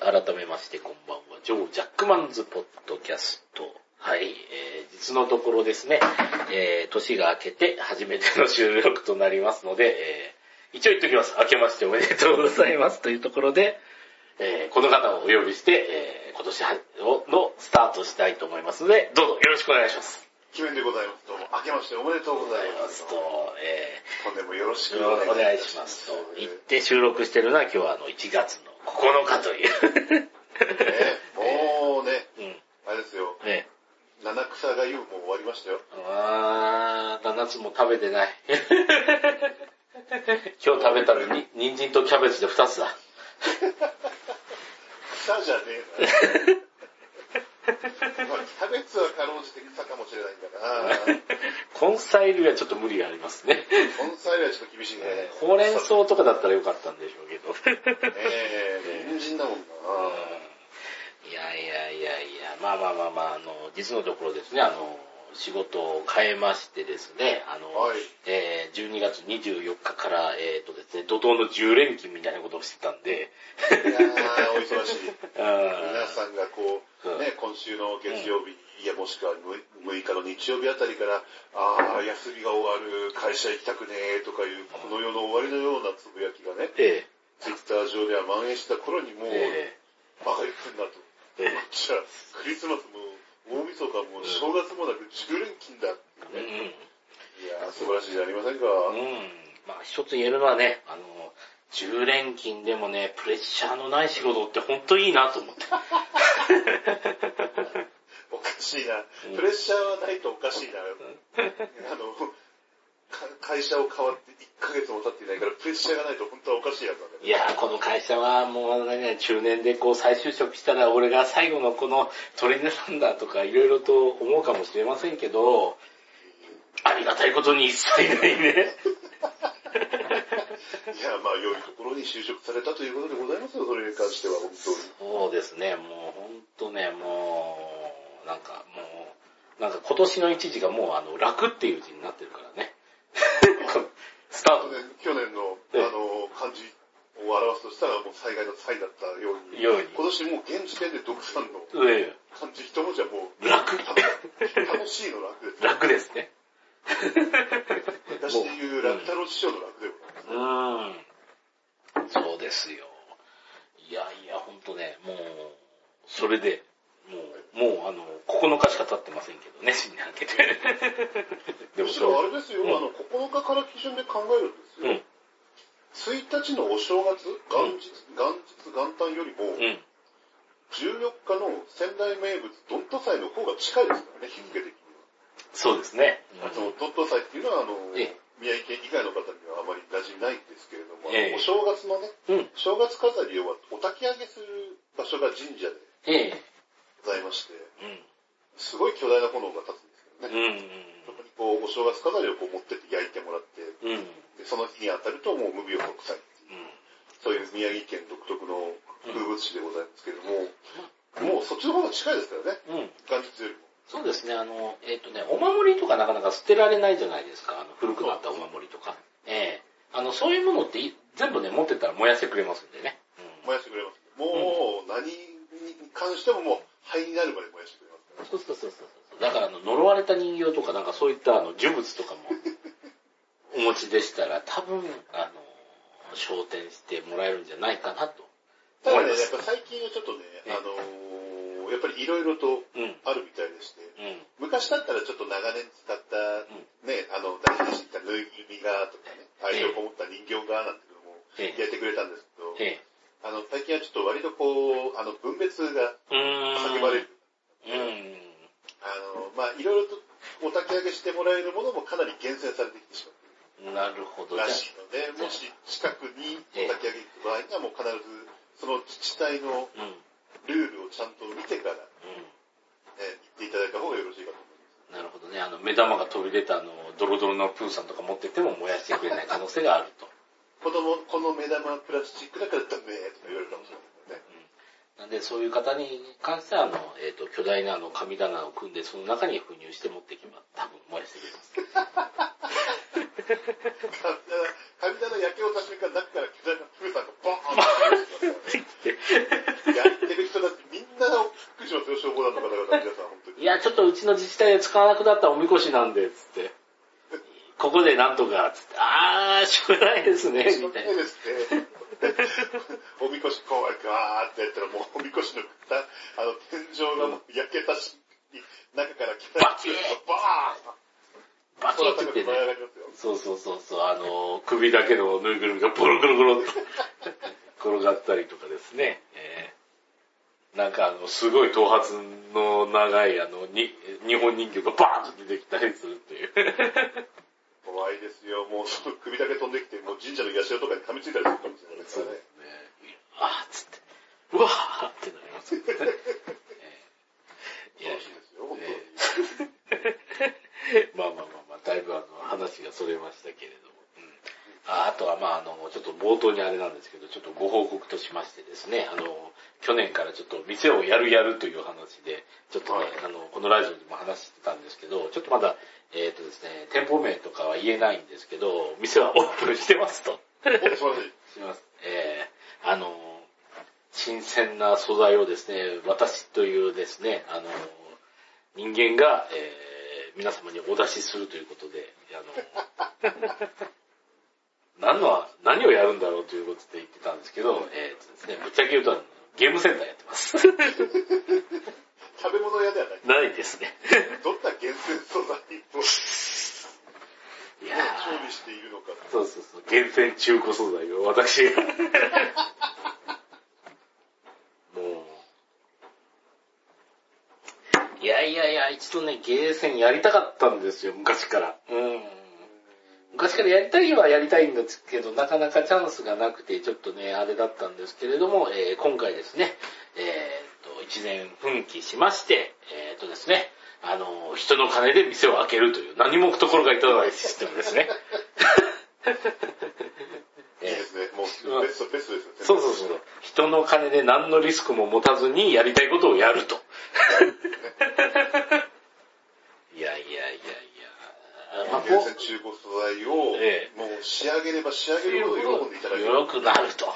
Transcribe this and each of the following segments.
改めましてこんばんは。ジョー・ジャックマンズポッドキャスト。はい、実のところですね、年が明けて初めての収録となりますので、一応言っときます。明けましておめでとうございますというところで、この方をお呼びして、今年のスタートしたいと思いますので、どうぞよろしくお願いします。 キメンでございます。どうも、明けましておめでとうございます。本年もよろしくお願いしますと言って収録してるのは今日は1月の9日という。 もうね、あれですよ。七草がゆも終わりましたよ。 7つも食べてない。今日食べたのに、人参とキャベツで2つだ。 草じゃねえな。キャベツはかろうじて草かもしれないんだな。 根菜類はちょっと無理がありますね。 根菜類はちょっと厳しいね。 ほうれん草とかだったらよかったんでしょうけど。 人参だもんな。 いや、まあ、実のところですね、仕事を変えましてですね、12月24日からですね、怒涛の10連勤みたいなことをしてたんで。 いやー、お忙しい。皆さんがこう、ね、今週の月曜日、いやもしくは6日の日曜日あたりから、休みが終わる、会社行きたくねーとかいう、この世の終わりのようなつぶやきがね、ツイッター上では蔓延した頃にもう、バカ言ってんだと。じゃあ、クリスマスも、大晦日も正月もなく10連勤だってね。いやー、素晴らしいじゃありませんか。 まあ一つ言えるのはね、10連勤でもね、プレッシャーのない仕事って本当いいなと思って。 おかしいな。プレッシャーはないとおかしいな。会社を変わって1ヶ月も経っていないから、プレッシャーがないと本当はおかしいやつなんだね。 いやー、この会社はもうね、中年でこう再就職したら俺が最後のこのトレーナーなんだとかいろいろと思うかもしれませんけど、ありがたいことに一切ないね。 いや、まあ、良いところに就職されたということでございますよ、それに関しては、本当に。 そうですね、もう本当ね、なんか今年の一時がもう楽っていう字になってるからね。スタート。 去年の、漢字を表すとしたら、もう災害の災だったように、今年もう現時点で独産の漢字一文字はもう、 楽。 楽しいの楽です。 楽ですね。 昔で言う楽太郎師匠の楽でございます。 そうですよ。いや、ほんとね、もう、それで、もう9日しか経ってませんけどね、新年明けて。 でもあれですよ、9日から基準で考えるんですよ。1日のお正月、元旦よりも、14日の仙台名物、ドット祭の方が近いですからね、日付的には。 そうですね。 ドット祭っていうのは、宮城県以外の方にはあまり馴染みないんですけれども、お正月のね、正月飾りをお焚き上げする場所が神社でございまして、すごい巨大な炎が立つんですけどね。そこにこう、お正月飾りをこう持ってって焼いてもらって、でその日に当たるともう無病息災っていう、そういう宮城県独特の風物詩でございますけれども、もうそっちの方が近いですからね、元日よりも。 そうですね、お守りとかなかなか捨てられないじゃないですか、古くなったお守りとか。そういうものって全部ね、持ってったら燃やしてくれますんでね。 燃やしてくれます。もう、何に関してももう、灰になるまで燃やしてくれますから。 そう。だから呪われた人形とかなんかそういった呪物とかもお持ちでしたら、多分、昇天してもらえるんじゃないかなと。 ただね、やっぱ最近はちょっとね、やっぱりいろいろとあるみたいでして、昔だったらちょっと長年使った、ね、大事にしていたぬいぐるみがとかね、愛情こもった人形がなんていうのもやってくれたんですけど、最近はちょっと割とこう、分別が叫ばれる。まあいろいろとお焚き上げしてもらえるものもかなり厳選されてきてしまう。 なるほど。 らしいので、もし近くにお焚き上げ行く場合にはもう必ず、その自治体のルールをちゃんと見てから、言っていただいた方がよろしいかと思います。 なるほどね。目玉が飛び出たドロドロのプーさんとか持ってっても燃やしてくれない可能性があると。 この目玉プラスチックだからダメとか言われるかもしれないね。 なんでそういう方に関しては巨大な神棚を組んでその中に封入して持ってきます。多分燃やしてくれます。 神棚焼けをた瞬間中から巨大なプーさんがバーンってやっや、ちょっとうちの自治体で使わなくなったおみこしなんで、つって。ここでなんとか、つって、しょうがないですね、みたいな。しょうがないですね。 おみこしこうガーってやったらもうおみこしの天井がもう焼けたし、中から来たバキーバキーって言ってね。そう、首だけのぬいぐるみがボロゴロゴロっと転がったりとかですね。なんかすごい頭髪の長い日本人形がバーンと出てきたりするっていう。 怖いですよ。もうその首だけ飛んできて、もう神社の社とかに噛みついたりするかもしれないですからね。 つって、うわーってなりますよね。 楽しいですよ、本当に。 まあ、だいぶ話がそれましたけれども。あとはちょっと冒頭にあれなんですけど、ちょっとご報告としましてですね、去年からちょっと店をやるという話で、ちょっとね、このラジオでも話してたんですけど、ちょっとまだ、ですね、店舗名とかは言えないんですけど、店はオープンしてますと。します。新鮮な素材をですね、私というですね、人間が、皆様にお出しするということで、何をやるんだろうということで言ってたんですけど、ですね、ぶっちゃけ言うとゲームセンターやってます。 食べ物屋ではないないですね。 どんな厳選素材を調理しているのか。 そう。厳選中古素材を私が。もう。いや、一度ね、ゲーセンやりたかったんですよ、昔から。昔からやりたいはやりたいんですけど、なかなかチャンスがなくて、ちょっとね、あれだったんですけれども、今回ですね、一年奮起しまして、ですね、人の金で店を開けるという、何も心が至らないシステムですね。 いいですね。もうベストですよね。 そう。人の金で何のリスクも持たずにやりたいことをやると。いや。 厳選中古素材を、もう仕上げれば仕上げるほど喜んでいただける。 よくなると。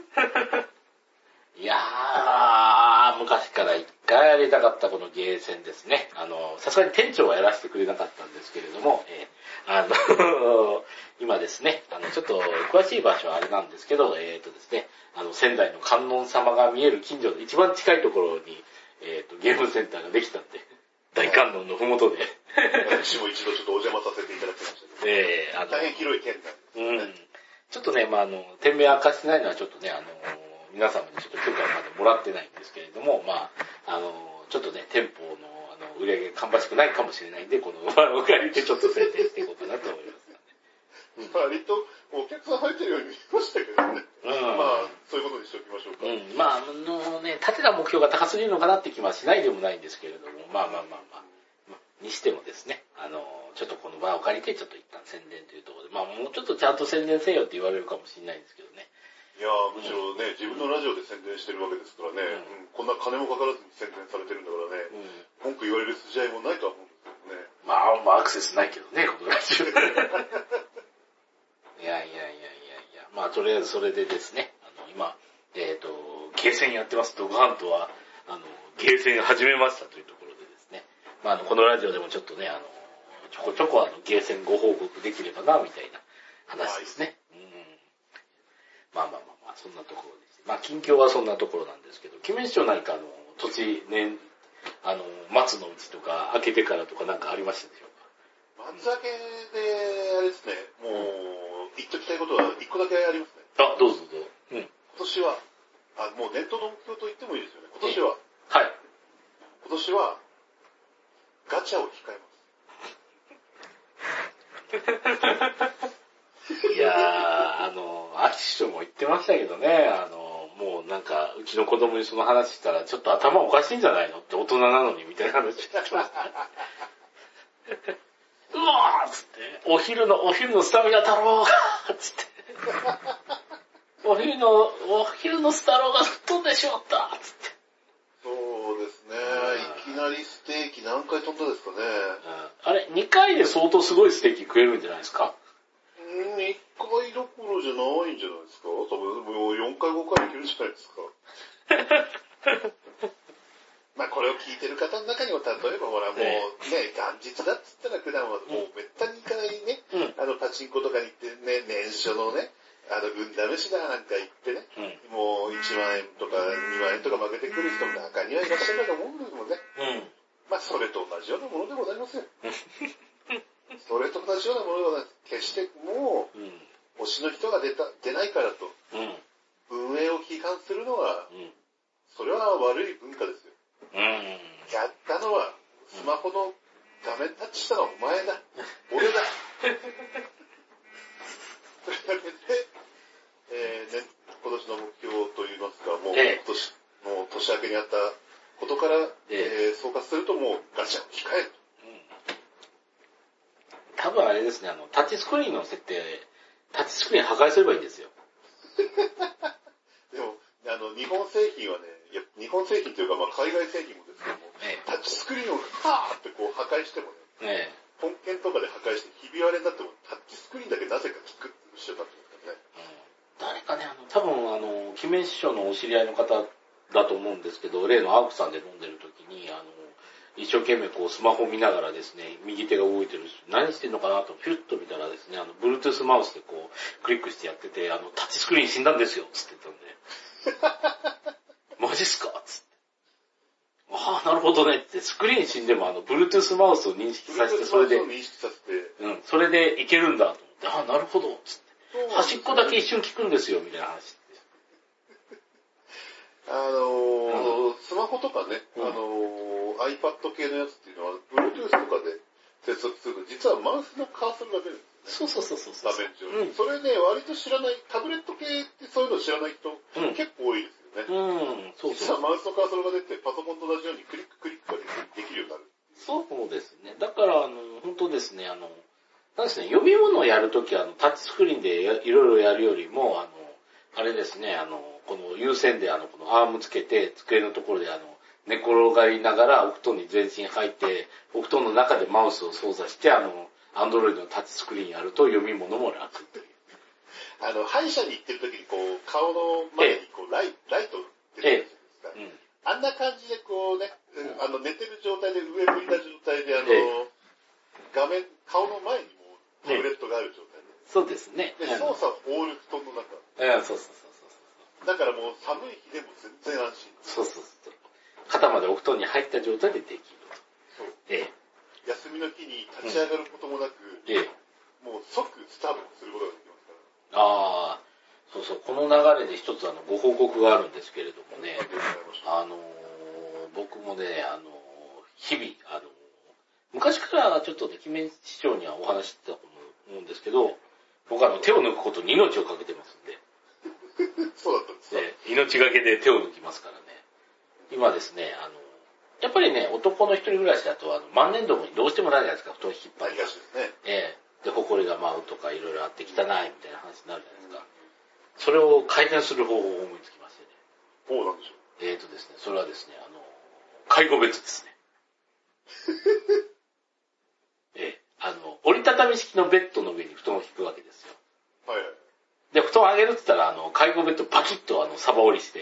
いやー、昔から一回やりたかったこのゲーセンですね。さすがに店長はやらせてくれなかったんですけれども、今ですね、ちょっと詳しい場所はあれなんですけど、ですね、仙台の観音様が見える近所の一番近いところに、ゲームセンターができたんで、大観音のふもとで。 私も一度ちょっとお邪魔させていただきましたけど、大変広い県なんですね。 ちょっとね、店名明かしてないのはちょっとね、皆様にちょっと許可までもらってないんですけれども、ちょっとね、店舗の売り上げ芳しくないかもしれないんで、この場を借りてちょっと宣伝していこうかなと思います、ね。 割とお客さん入ってるように見えましたけどね。そういうことにしておきましょうか。 立てた目標が高すぎるのかなって気はしないでもないんですけれども、にしてもですね、ちょっとこの場を借りてちょっと一旦宣伝というところで、もうちょっとちゃんと宣伝せよって言われるかもしれないんですけどね。 いやむしろね、自分のラジオで宣伝してるわけですからね、こんな金もかからずに宣伝されてるんだからね、文句言われる筋合いもないとは思うんですけどね。 アクセスないけどね、このラジオ。いや。とりあえずそれでですね、今、ゲーセンやってます。ドグハントは、ゲーセン始めましたというところでですね、このラジオでもちょっとね、ちょこちょこゲーセンご報告できればな、みたいな話ですね。そんなところです。近況はそんなところなんですけど、鬼面師匠何か土地年、松のうちとか、開けてからとかなんかありましたでしょうか？松明で、あれですね、もう、言っときたいことは一個だけありますね。 どうぞ。 今年は、もう年頭の目標と言ってもいいですよね。今年は。 はい。 今年は、ガチャを控えます。いやー、秋師匠も言ってましたけどね、もうなんか、うちの子供にその話したら、ちょっと頭おかしいんじゃないのって大人なのに、みたいな話してました。うわーっつって、お昼のスタミナ太郎がつって、お昼のスタローが吹っ飛んでしまったつって。 そうですね、いきなりステーキ何回飛んだですかね。 あれ、2回で相当すごいステーキ食えるんじゃないですか ？2回どころじゃないんじゃないですか？多分もう4回5回いけるじゃないですか。 まあこれを聞いてる方の中にも、例えばほらもうね、元日だっつったら普段はもうめったに行かないね、パチンコとかに行ってね、年初のね、運試しだなんか行ってね、もう1万円とか2万円とか負けてくる人も中にはいらっしゃると思うんですもんね。まあそれと同じようなものでございますよ。それと同じようなものでございます。決してもう、推しの人が出ないからと、運営を批判するのは、それは悪い文化ですよ。やったのは、スマホの画面タッチしたのはお前だ。俺だ。というわけで、今年の目標といいますか、もう年明けにあったことから、総括するともうガチャを控えると。 多分あれですね、タッチスクリーンの設定、タッチスクリーン破壊すればいいんですよ。 でも、日本製品はね、日本製品というか、まあ海外製品もですけども、タッチスクリーンをパーってこう破壊してもね、本件とかで破壊してひび割れになっても、タッチスクリーンだけなぜか効くって一緒だったんですからね。 誰かね、多分キメ師匠のお知り合いの方だと思うんですけど、例のアークさんで飲んでる時に、一生懸命こうスマホ見ながらですね、右手が動いてる人、何してんのかなとピュッと見たらですね、Bluetooth マウスでこう、クリックしてやってて、タッチスクリーン死んだんですよ、つって言ったんで。マジっすかつって。ああ、なるほどねって、スクリーン死んでもBluetooth マウスを認識させて、それで、それでいけるんだと思って、ああ、なるほど、つって。端っこだけ一瞬効くんですよ、みたいな話。 スマホとかね、iPad 系のやつっていうのは、Bluetooth とかで接続すると、実はマウスのカーソルが出るんですよね。 そう。 画面上に。それね、割と知らない、タブレット系ってそういうの知らない人、結構多いですよね。実はマウスのカーソルが出て、パソコンと同じようにクリックができるようになる。 そうですね。だから、本当ですね、なんですね、読み物をやるときは、タッチスクリーンでいろいろやるよりも、あれですね、この優先でこのアームつけて、机のところで寝転がりながらお布団に全身入って、お布団の中でマウスを操作して、Android のタッチスクリーンやると読み物も楽という。 歯医者に行ってる時にこう、顔の前にこう、ライト出てるじゃないですか。あんな感じでこうね、寝てる状態で上向いた状態で画面、顔の前にもタブレットがある状態で。 そうですね。 で、操作をオール布団の中。 そう。 だからもう寒い日でも全然安心。 そう。肩までお布団に入った状態でできると。 そう。休みの日に立ち上がることもなく、もう即スタートすることができますから。 そう。この流れで一つご報告があるんですけれどもね。僕もね、日々、昔からちょっとね、キメ市長にはお話ししてたと思うんですけど、僕手を抜くことに命をかけてますんで。 そうだったんですね。 命がけで手を抜きますからね。今ですね、やっぱりね、男の一人暮らしだと、万年床にどうしてもなるじゃないですか、布団引っ張り。 ですね。 で、埃が舞うとかいろいろあって汚いみたいな話になるじゃないですか。それを改善する方法を思いつきましてね。 なんでしょう。 ですね、それはですね、介護別ですね。折りたたみ式のベッドの上に布団を引くわけですよ。で、布団を上げるって言ったら、介護ベッドパキッとサバ折りして。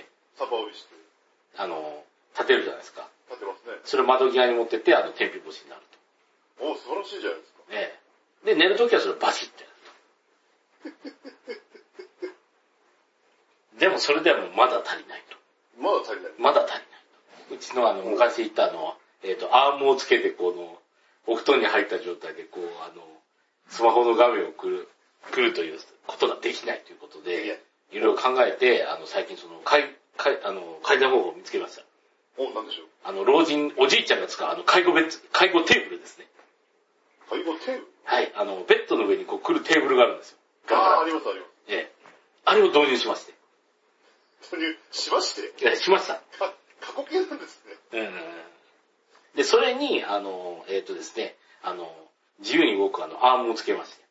立てるじゃないですか。 立てますね。 それを窓際に持ってって、天日干しになると。素晴らしいじゃないですか。 で、寝るときはそれをバシッとやると。でもそれではもうまだ足りないと。 まだ足りないと。うちの昔言ったアームをつけてお布団に入った状態でスマホの画面を来るということができないということで、いろいろ考えて、最近改善方法を見つけました。 なんでしょう。 老人、おじいちゃんが使う介護テーブルですね。 介護テーブル？ はい、ベッドの上に来るテーブルがあるんですよ。 あります。 あれを導入しまして。 導入しまして？ しました。 過去形なんですね。 で、それに、ですね、自由に動くアームをつけまして。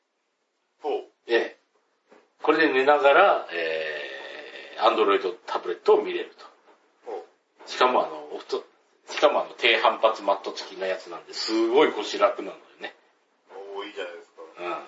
これで寝ながら、Android タブレットを見れると。しかも低反発マット付きのやつなんで、すごい腰楽なのよね。 いいじゃないです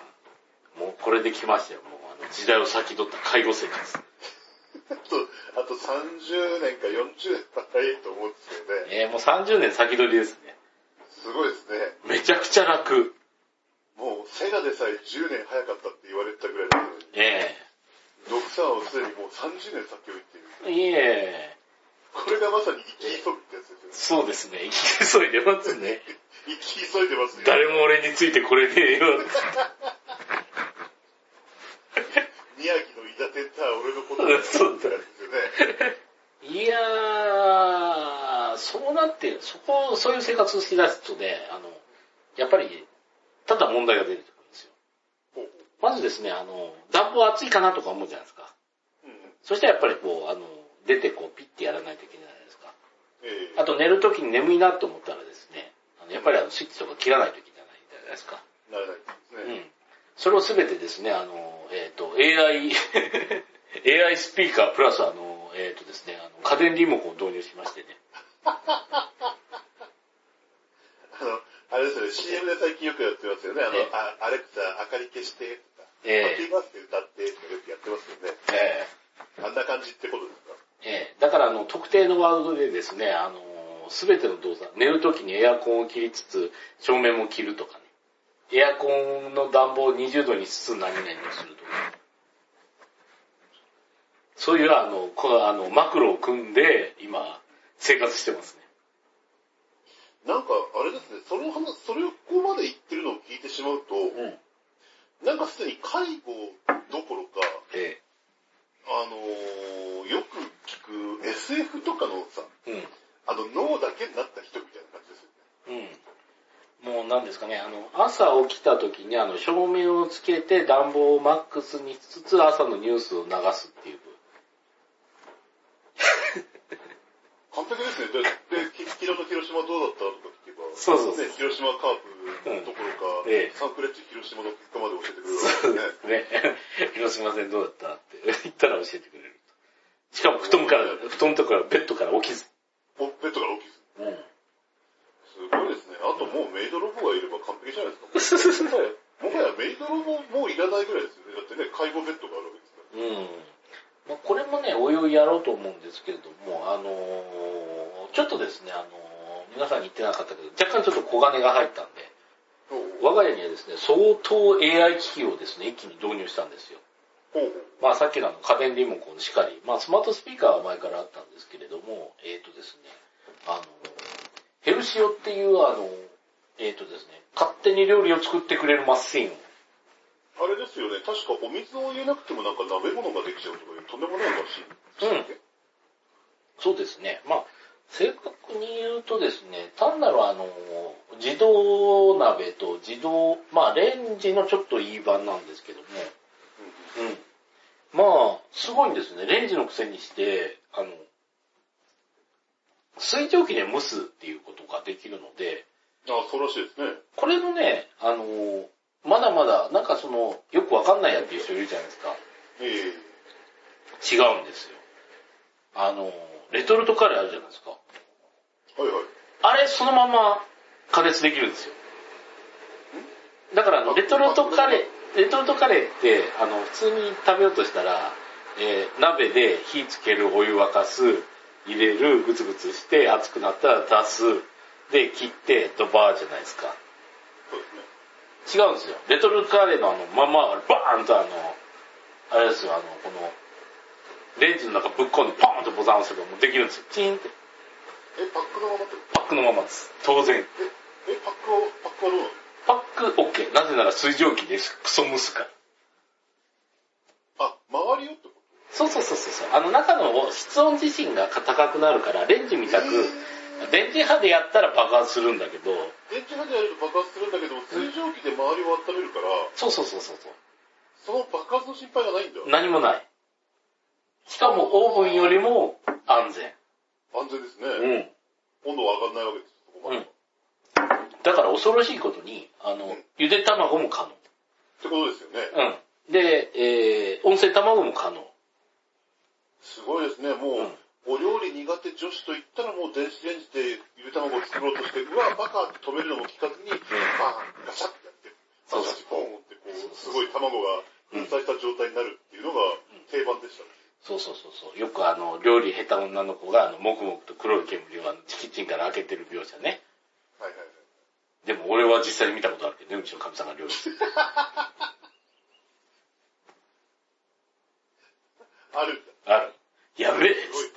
か。 もうこれで来ましたよ。もう時代を先取った介護生活。 あとと30年か40年は早いと思うんですけどね。 もう30年先取りですね。 すごいですね。 めちゃくちゃ楽。 もう、セガでさえ10年早かったって言われてたぐらいなのに。63はすでにもう30年先を言っている。これがまさに生き急ぐってやつですよね。 そうですね。生き急いでますね。 生き急いでますね。 誰も俺についてこれねえよ。 宮城のイダテンター俺のことだそうですよね。 いやー、そうなって、そういう生活をしだすとね、やっぱり、ただ問題が出てくるんですよ。まずですね、暖房暑いかなとか思うじゃないですか。そしたらやっぱりこう、出てこう、ピッてやらないといけないじゃないですか。あと寝るときに眠いなと思ったらですね、やっぱりスイッチとか切らないといけないじゃないですか。 ならないですね。 それをすべてですね、AI スピーカープラスですね、家電リモコンを導入しましてね。 あれですよね、CM で最近よくやってますよね。アレクサ、明かり消して、とか。ハッピーバースデー歌って、とかよくやってますよね。あんな感じってことですか？ だから特定のワードでですね、すべての動作、寝るときにエアコンを切りつつ、照明も切るとかね。エアコンの暖房を20度にしつつ何々をするとか。そういうマクロを組んで、今、生活してますね。 なんか、あれですね、それをここまで言ってるのを聞いてしまうと、なんかすでに介護どころか、よく聞く SF とかのさ、脳だけになった人みたいな感じですよね。 もう何ですかね、朝起きた時に照明をつけて暖房をマックスにしつつ朝のニュースを流すっていう。 完璧ですね。で、昨日の広島どうだったとか聞けば、 そう。 ね、広島カープどころか、サンフレッチェ広島の結果まで教えてくれるわけですね。 ね。広島戦どうだったって言ったら教えてくれる。しかも布団とかベッドから起きず。 ベッドから起きず。すごいですね。あともうメイドロボがいれば完璧じゃないですか。もはやメイドロボもういらないぐらいですよね。だってね、介護ベッドがあるわけですから。 これもね、おいおいやろうと思うんですけれども、ちょっとですね、皆さんに言ってなかったけど、若干ちょっと小金が入ったんで、我が家にはですね、相当 AI 機器をですね、一気に導入したんですよ。まあさっきの家電リモコンしかり、まあスマートスピーカーは前からあったんですけれども、ですね、ヘルシオっていうですね、勝手に料理を作ってくれるマシン。 あれですよね、確かお水を入れなくてもなんか鍋物ができちゃうとかいうとんでもないマシン。 そうですね。まあ、正確に言うとですね、単なる自動鍋とまあレンジのちょっといい版なんですけども、まあ、すごいんですね。レンジのくせにして、水蒸気で蒸すっていうことができるので、 そうらしいですね。 これのね、まだまだ、なんかよくわかんないやっていう人いるじゃないですか。違うんですよ。レトルトカレーあるじゃないですか。あれ、そのまま加熱できるんですよ。だからレトルトカレーって、普通に食べようとしたら、鍋で火つける、お湯沸かす、入れる、グツグツして、熱くなったら出す、で、切って、ドバーじゃないですか。違うんですよ。レトルトカレーのまま、バーンとあれですよ、この、レンジの中ぶっ込んで、ポーンとボタンを押せばもうできるんですよ。チーンって。 パックのままってこと？ パックのままです。当然。 パックはどうなの？ パック OK。なぜなら水蒸気でクソ蒸すから。 周りよってこと？ そう。中の室温自身が高くなるから、レンジみたく、電磁波でやったら爆発するんだけど。 電磁波でやると爆発するんだけど、水蒸気で周りを温めるから。そう。その爆発の心配がないんだ。 何もない。しかもオーブンよりも安全。 安全ですね。温度は上がらないわけです。そこまで。 だから恐ろしいことに、ゆで卵も可能。 ってことですよね。 で、温泉卵も可能。 すごいですね。もう、お料理苦手女子と言ったらもう電子レンジでゆで卵を作ろうとして、うわ、バカって止めるのも聞かずに、ガシャッてやって、バシャッポーンってこう、すごい卵が粉砕した状態になるっていうのが定番でした。 そうそうそうそう。よく料理下手女の子がもくもくと黒い煙をキッチンから開けてる描写ね。 はいはいはい。 でも俺は実際に見たことあるけどね、うちの神さんが料理してる。 あるんだ。ある。やべえっつって。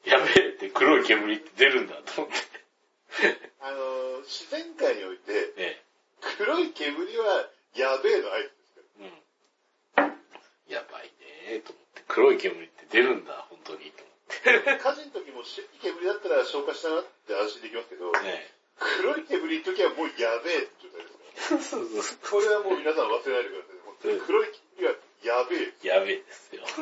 やべえって黒い煙って出るんだと思って。 自然界において、黒い煙はやべえの合図ですから。うん。やばいねと思って。黒い煙って出るんだ、本当にと思って。 火事の時も白い煙だったら消化したなって安心できますけど、黒い煙の時はもうやべえって状態ですから。そうそう。これはもう皆さん忘れないでください。黒い煙はやべえ。 やべえですよ。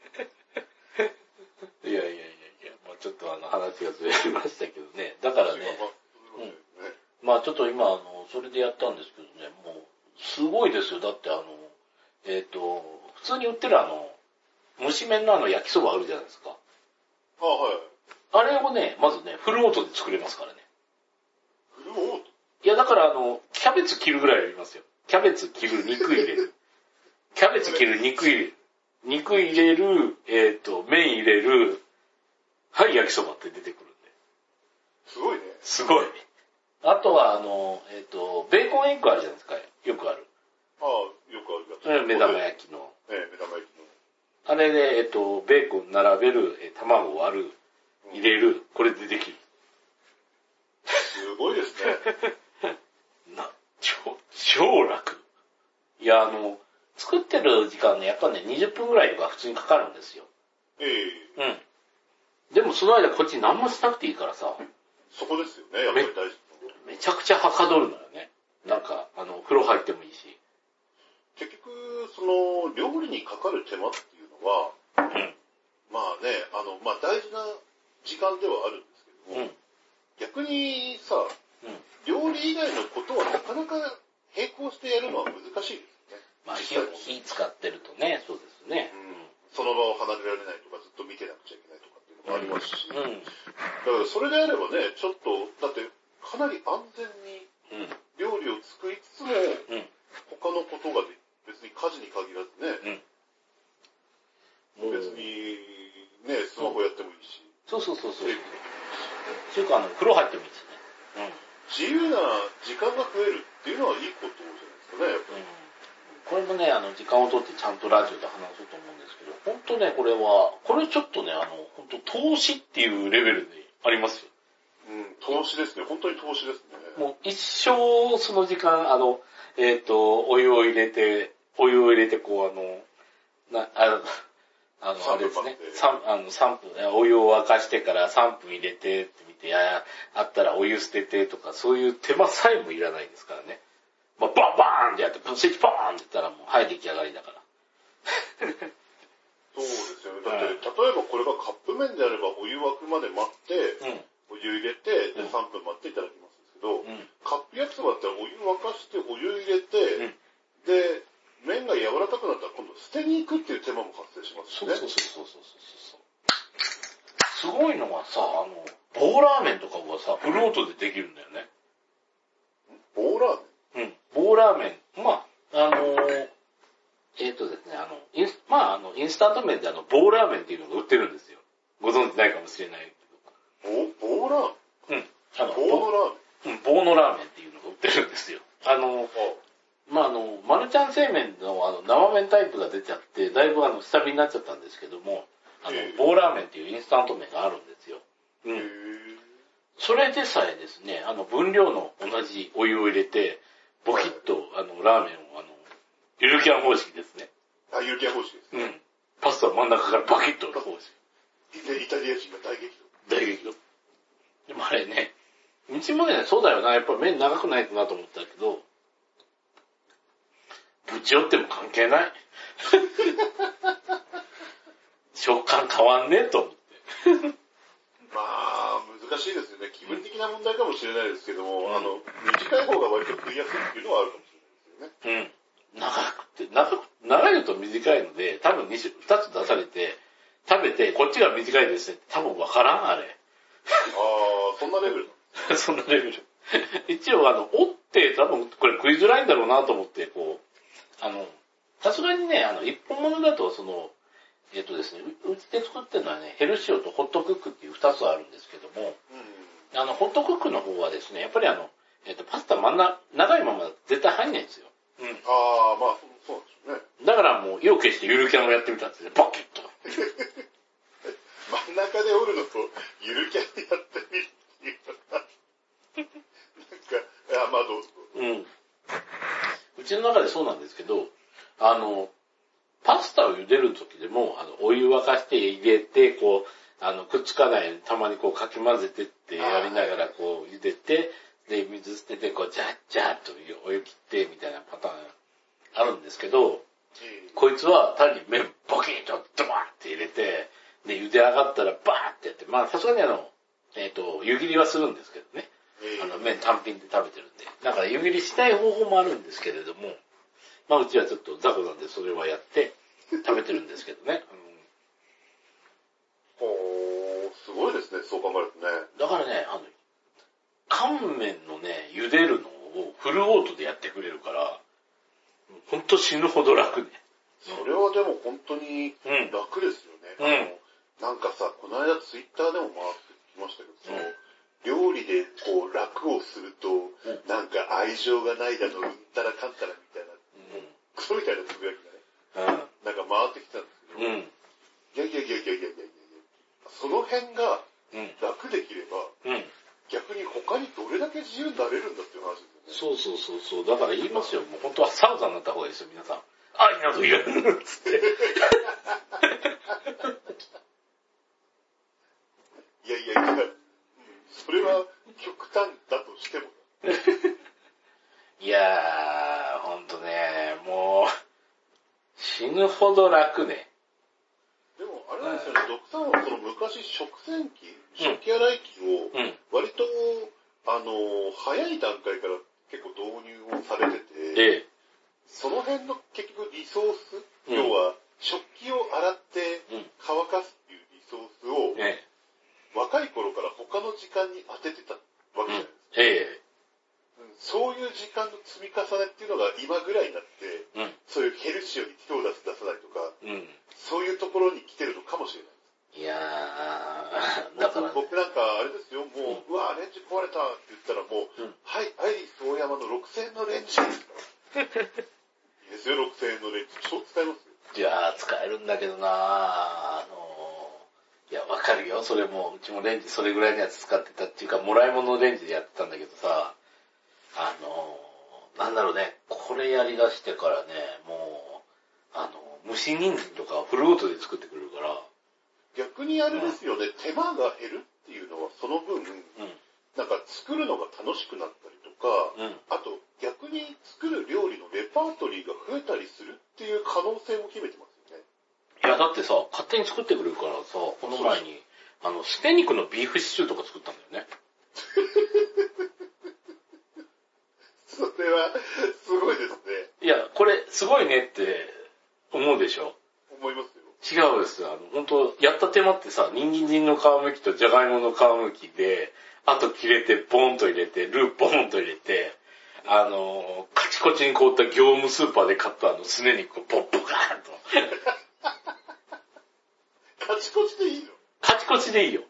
いや、まあちょっと話がずれましたけどね。だからね、まあちょっと今それでやったんですけどね、もう、すごいですよ。だって普通に売ってる蒸し麺の焼きそばあるじゃないですか。 あ、はい。 あれをね、まずね、フルオートで作れますからね。 フルオート？ いや、だからキャベツ切るぐらいありますよ。キャベツ切る、肉入れる。キャベツ切る、肉入れる。肉入れる、麺入れる、はい、焼きそばって出てくるんで。 すごいね。 すごい。あとは、ベーコンエッグあるじゃないですか。よくある。 ああ、よくあるやつ。 目玉焼きの。 目玉焼きの。 あれで、ベーコン並べる、卵を割る、入れる、これでできる。 すごいですね。 超楽。いや、作ってる時間ね、やっぱね、20分ぐらいとか普通にかかるんですよ。うん。でもその間こっち何もしなくていいからさ。 そこですよね、やっぱり大事。 めちゃくちゃはかどるのよね。なんか、風呂入ってもいいし。 結局、料理にかかる手間っていうのは、まあね、大事な時間ではあるんですけども、逆にさ、料理以外のことはなかなか並行してやるのは難しいですよね。 まあ、火使ってるとね、そうですね。 その場を離れられないとか、ずっと見てなくちゃいけないとかっていうのもありますし、だからそれであればね、ちょっと、だってかなり安全に料理を作りつつも、他のことが別に家事に限らずね、別にね、スマホやってもいいし。 そう。っていうか、風呂入ってもいいしね。 自由な時間が増えるっていうのはいいことじゃないですかね、やっぱり。 これもね、時間をとってちゃんとラジオで話そうと思うんですけど、本当ね、これちょっとね、本当投資っていうレベルでありますよ。 投資ですね。本当に投資ですね。 もう一生その時間、お湯を入れて、こうあれですね。3分、お湯を沸かしてから3分入れてって見て、あったらお湯捨ててとか、そういう手間さえもいらないんですからね。まあ、バーンってやって、スイッチバーンって言ったらもう、はい、出来上がりだから。 そうですよね。だって、例えばこれがカップ麺であればお湯沸くまで待って、お湯入れて、で3分待っていただきますけど、カップ焼きそばってお湯沸かしてお湯入れて、で、麺が柔らかくなったら今度捨てに行くっていう手間も発生しますよね。 そう。すごいのがさ、棒ラーメンとかがさ、フルオートでできるんだよね。 棒ラーメン？ 棒ラーメン。まあ、ですね、インスタント麺で棒ラーメンっていうのが売ってるんですよ。ご存知ないかもしれないけど。棒ラーメン？棒のラーメン？ 棒のラーメンっていうのが売ってるんですよ。マルちゃん製麺の生麺タイプが出ちゃって、だいぶ下火になっちゃったんですけども、棒ラーメンっていうインスタント麺があるんですよ。それでさえですね、分量の同じお湯を入れて、ボキッと、ラーメンを、ゆるキャン方式ですね。 ゆるキャン方式ですね。 パスタを真ん中からバキッと方式。 イタリア人が大激怒。 大激怒。でもあれね、うちもね、そうだよな、やっぱ麺長くないとなと思ったけど、ぶち寄っても関係ない。食感変わんねえと思って。 まあ、難しいですよね。気分的な問題かもしれないですけども、短い方が割と食いやすいっていうのはあるかもしれないですよね。 長いのと短いので、多分2つ出されて、食べて、こっちが短いですね。多分わからん、あれ。 そんなレベルそんなレベル。一応、折って多分これ食いづらいんだろうなと思って、こう、さすがにね、一本物だと、 ですね、うちで作ってるのはね、ヘルシオとホットクックっていう2つあるんですけども、ホットクックの方はですね、やっぱりパスタ長いまま絶対入んないんですよ。 ああ、まあ、そうですよね。 だからもう、意を決してゆるキャンをやってみたんですね、バキッと。 真ん中で折るのと、ゆるキャンでやってみるっていうのが、なんか、まあどうぞ。 うちの中でそうなんですけど、パスタを茹でるときでも、お湯沸かして入れて、こう、くっつかないようにたまにこうかき混ぜてってやりながらこう茹でて、で、水捨ててこう、ジャッジャッとお湯切ってみたいなパターンあるんですけど、こいつは単に麺ボキッとドバーって入れて、で、茹で上がったらバーってやって、まあさすがに湯切りはするんですけどね。麺単品で食べてるんで。だから湯切りしたい方法もあるんですけれども、まあうちはちょっと雑魚なんでそれはやって食べてるんですけどね。 すごいですね、そう考えるとね。 だからね、乾麺のね、茹でるのをフルオートでやってくれるから、ほんと死ぬほど楽ね。 それはでも本当に楽ですよね。なんかさ、この間ツイッターでも回ってきましたけど、料理でこう楽をすると、なんか愛情がないだの、うんたらかんたらみたいな、クソみたいなつぶやきがね、なんか回ってきたんですけど、いや、その辺が楽できれば、逆に他にどれだけ自由になれるんだっていう話ですよね。そう。だから言いますよ。もう本当はサウザーになった方がいいですよ、皆さん。愛などいらぬっつって。 いや、それは極端だとしても。 いやー、ほんとね、もう、死ぬほど楽ね。 でも、あれなんですよね、ドクさんはその昔食洗機、食器洗い機を、割と、早い段階から結構導入をされてて、その辺の結局リソース、要は食器を洗って乾かすっていうリソースを、若い頃から他の時間に当ててたわけじゃないですか。そういう時間の積み重ねっていうのが今ぐらいになって、そういうヘルシオに手を出さないとか、そういうところに来てるのかもしれないです。 いやー、だから、 僕なんかあれですよ、もう、うわ、レンジ壊れたって言ったらもう、はい、アイリス大山の6000円のレンジですから。いいですよ、6000円のレンジ。超使えますいよ。 やー、使えるんだけどなー、いや、わかるよ。それも、うちもレンジそれぐらいのやつ使ってたっていうか、もらい物のレンジでやってたんだけどさ、なんだろうね、これやり出してからね、もう、蒸し人参とかフルオートで作ってくれるから。 逆にあれですよね、手間が減るっていうのはその分、なんか作るのが楽しくなったりとか、あと逆に作る料理のレパートリーが増えたりするっていう可能性も秘めてますよね。 いや、だってさ、勝手に作ってくれるからさ、この前に、ステ肉のビーフシチューとか作ったんだよね。 それは、すごいですね。 いや、これ、すごいねって思うでしょ？ 思いますよ。 違うんですよ。本当やった手間ってさ、人参の皮むきとじゃがいもの皮むきで、あと切れて、ボンと入れて、ルーボンと入れて、カチコチに凍った業務スーパーで買ったすね肉をポッポカーンと。 カチコチでいいの？ カチコチでいいよ。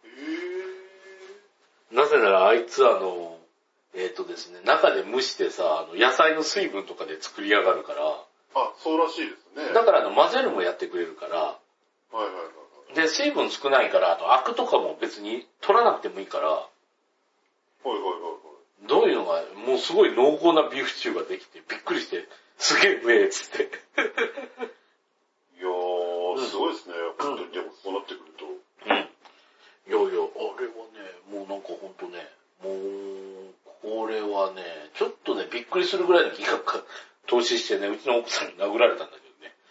なぜならあいつですね、中で蒸してさ、野菜の水分とかで作り上がるから。 あ、そうらしいですね。 だから混ぜるもやってくれるから。で、水分少ないから、あとアクとかも別に取らなくてもいいから。どういうのが、もうすごい濃厚なビーフシチューができて、びっくりして、すげえうめえっつって。 いやー、すごいですね。本当にでもそうなってくると。 いや、あれはね、もうなんかほんとね、もう、これはね、ちょっとね、びっくりするぐらいの金額が投資してね、うちの奥さんに殴られたんだけどね。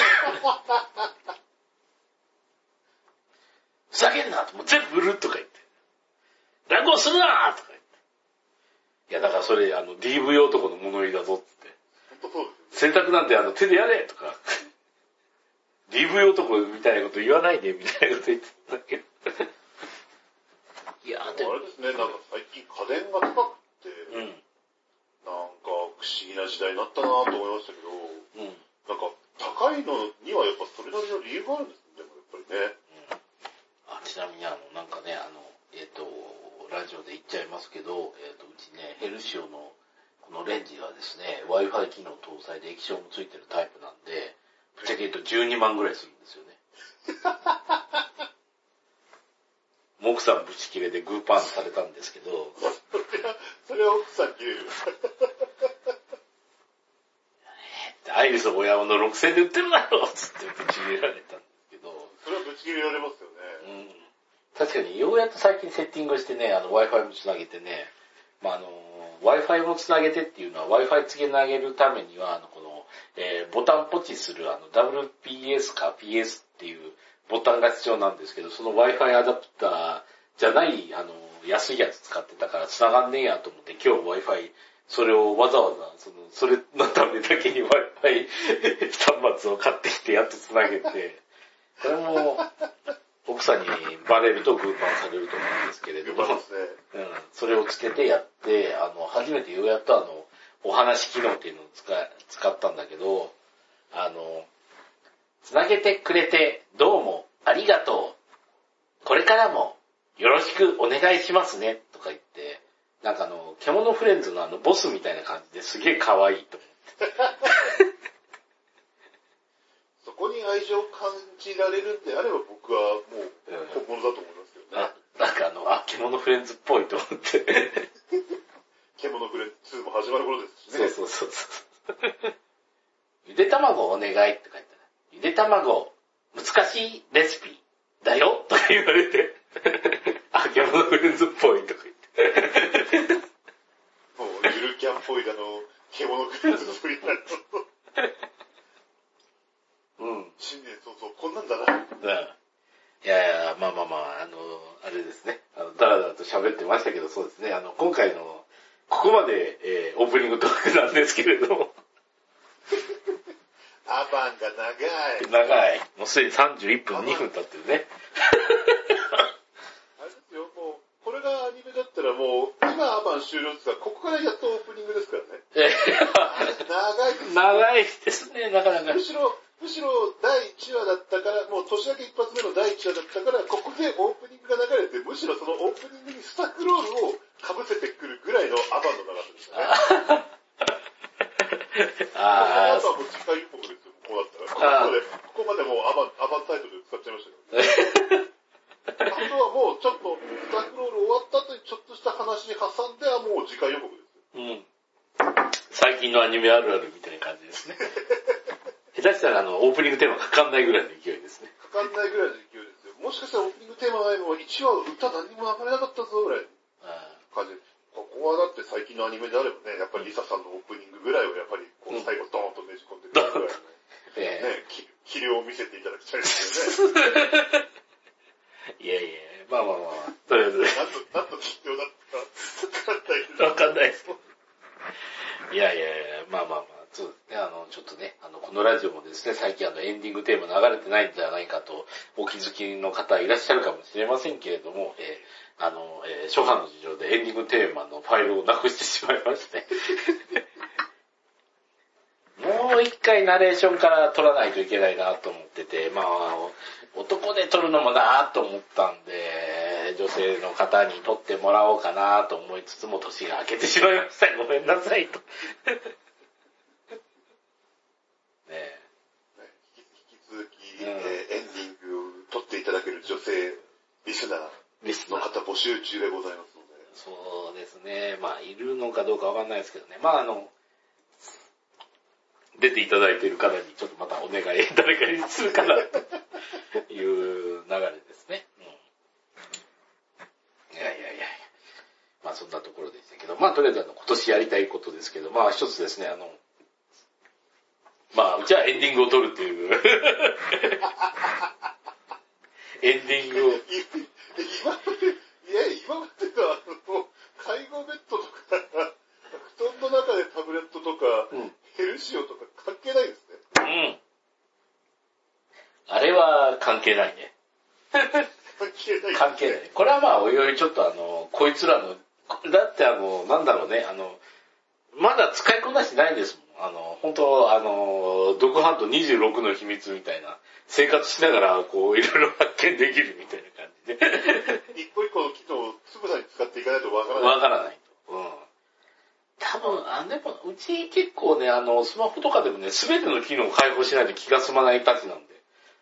ふざけんなって、もう全部売るとか言って。乱行するなとか言って。いや、だからそれ、DV 男の物言いだぞっつって。 本当そうです洗濯なんて手でやれとか。DV 男みたいなこと言わないで、みたいなこと言ってたけど。いや、 でもあれですね、なんか最近家電が高くって、なんか不思議な時代になったなと思いましたけど、なんか高いのにはやっぱそれなりの理由もあるんですね、でもやっぱりね。 ちなみになんかね、ラジオで言っちゃいますけど、うちね、ヘルシオのこのレンジがですね、Wi-Fi 機能搭載で液晶もついてるタイプなんで、ぶっちゃけ言うと12万ぐらいするんですよね。奥さんブチ切れでグーパンされたんですけど。 それは奥さん切れる。 アイリスオーヤマの6000円で売ってるだろつってブチ切れられたんですけど。 それはブチ切れられますよね。 確かにようやっと最近セッティングしてね、Wi-Fi もつなげてね、Wi-Fi もつなげてっていうのは Wi-Fi つなげるためには、ボタンポチするWPS か PS っていうボタンが必要なんですけど、その Wi-Fi アダプターじゃない、安いやつ使ってたから繋がんねえやと思って今日 Wi-Fi、それをわざわざ、それのためだけに Wi-Fi 端末を買ってきてやっと繋げて、これも、奥さんにバレるとグーパンされると思うんですけれども、それをつけてやって、初めてようやっとお話機能っていうのを使ったんだけど、つなげてくれてどうもありがとう。これからもよろしくお願いしますねとか言って、なんか獣フレンズのボスみたいな感じですげえ可愛いと思って。 そこに愛情を感じられるんであれば僕はもう本物だと思いますけどね。 なんか獣フレンズっぽいと思って。 獣フレンズ2も始まる頃ですしね。そう。ゆで卵お願いって書いてある。ゆで卵、難しいレシピだよとか言われて。獣フレンズっぽいとか言って。 もうゆるキャンっぽい獣フレンズっぽいなと。新年早々こんなんだな。 いや、まあ、あれですね。だらだらと喋ってましたけど、そうですね。今回の、ここまで、オープニングトークなんですけれども。 アバンが長い。もうすでに31分、2分経ってるね。 あれですよ、もう、これがアニメだったらもう、今アバン終了ですが、ここからやっとオープニングですからね。長いですね。 長いですね、なかなか。 むしろ第1話だったから、もう年明け一発目の第1話だったから、ここでオープニングが流れて、むしろそのオープニングにスタッフロールを被せてくるぐらいのアバンの長さでしたね。あとはもう次回予告ですよ、こうだったら。ここまでもうアバンタイトルで使っちゃいましたけど、ね。あとはもうちょっとスタッフロール終わった後にちょっとした話に挟んではもう次回予告ですよ。 最近のアニメあるあるみたいな感じですね。下手したらオープニングテーマかかんないぐらいの勢いですね。 かかんないぐらいの勢いですよ。もしかしたらオープニングテーマがないのは1話歌何にも流れなかったぞぐらいの感じで。ここはだって最近のアニメであればね、やっぱりリサさんのオープニングぐらいをやっぱりこう最後ドーンとねじ込んでくるぐらいのね、気量を見せていただきたいですよね。 いや、まあ、とりあえず。 何の気量だったかわかんないです。いや、まあ、そうですね、ちょっとね、このラジオもですね、最近エンディングテーマ流れてないんじゃないかとお気づきの方いらっしゃるかもしれませんけれども、初版の事情でエンディングテーマのファイルをなくしてしまいまして。もう一回ナレーションから撮らないといけないなと思ってて、まあ、男で撮るのもなと思ったんで、女性の方に撮ってもらおうかなと思いつつも年が明けてしまいました。ごめんなさいと。 引き続き、エンディングを撮っていただける女性リスナーの方募集中でございますので。 そうですね。まあ、いるのかどうかわかんないですけどね。まあ、出ていただいている方にちょっとまたお願い、誰かにするかな、という流れですね。いや。まあ、そんなところでしたけど、まあ、とりあえず今年やりたいことですけど、まあ、一つですね、まあ、うちはエンディングを撮るっていう。エンディングを。 今までは介護ベッドとか、布団の中でタブレットとか、ヘルシオとか関係ないですね。 あれは関係ないね。関係ない。これはまあ、おいおいちょっとこいつらの、だってなんだろうね、まだ使いこなしてないんですもん。 本当ドッグハント26の秘密みたいな、生活しながら、こう、いろいろ発見できるみたいな感じで。 一個一個の機能をつぶさに使っていかないとわからない。 わからないと。うん。多分、でも、うち結構ね、スマホとかでもね、すべての機能を開放しないと気が済まないたちなんで。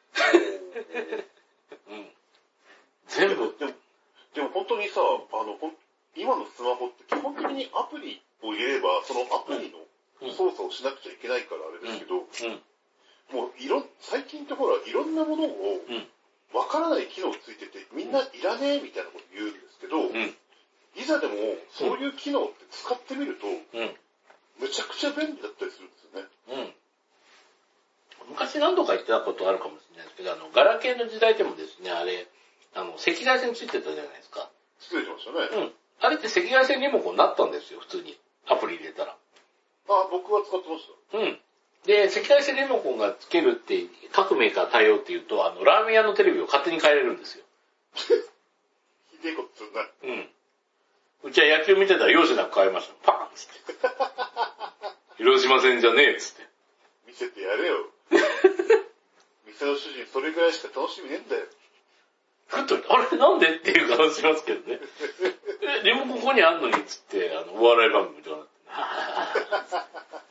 うん。全部。 でも本当にさ、今のスマホって基本的にアプリを入れれば、そのアプリの操作をしなくちゃいけないからあれですけど、もう最近ってほら、いろんなものを、わからない機能ついてて、みんないらねえみたいなこと言うんですけど、いざでも、そういう機能って使ってみると、むちゃくちゃ便利だったりするんですよね。 昔何度か言ってたことあるかもしれないですけど、ガラケーの時代でもですね、あれ、赤外線ついてたじゃないですか。 ついてましたね。 あれって赤外線リモコンになったんですよ、普通に。アプリ入れたら。 僕は使ってました。 で、赤外線リモコンがつけるって、各メーカー対応って言うと、ラーメン屋のテレビを勝手に変えれるんですよ。 ひでえことするな。 うちは野球見てたら容赦なく変えました。パーンつって。広島戦じゃねえっつって。 見せてやれよ。店の主人それぐらいしか楽しみねえんだよ。 ふっと、あれなんでっていう顔しますけどね。リモコンここにあんのにっつって、お笑い番組とかなって。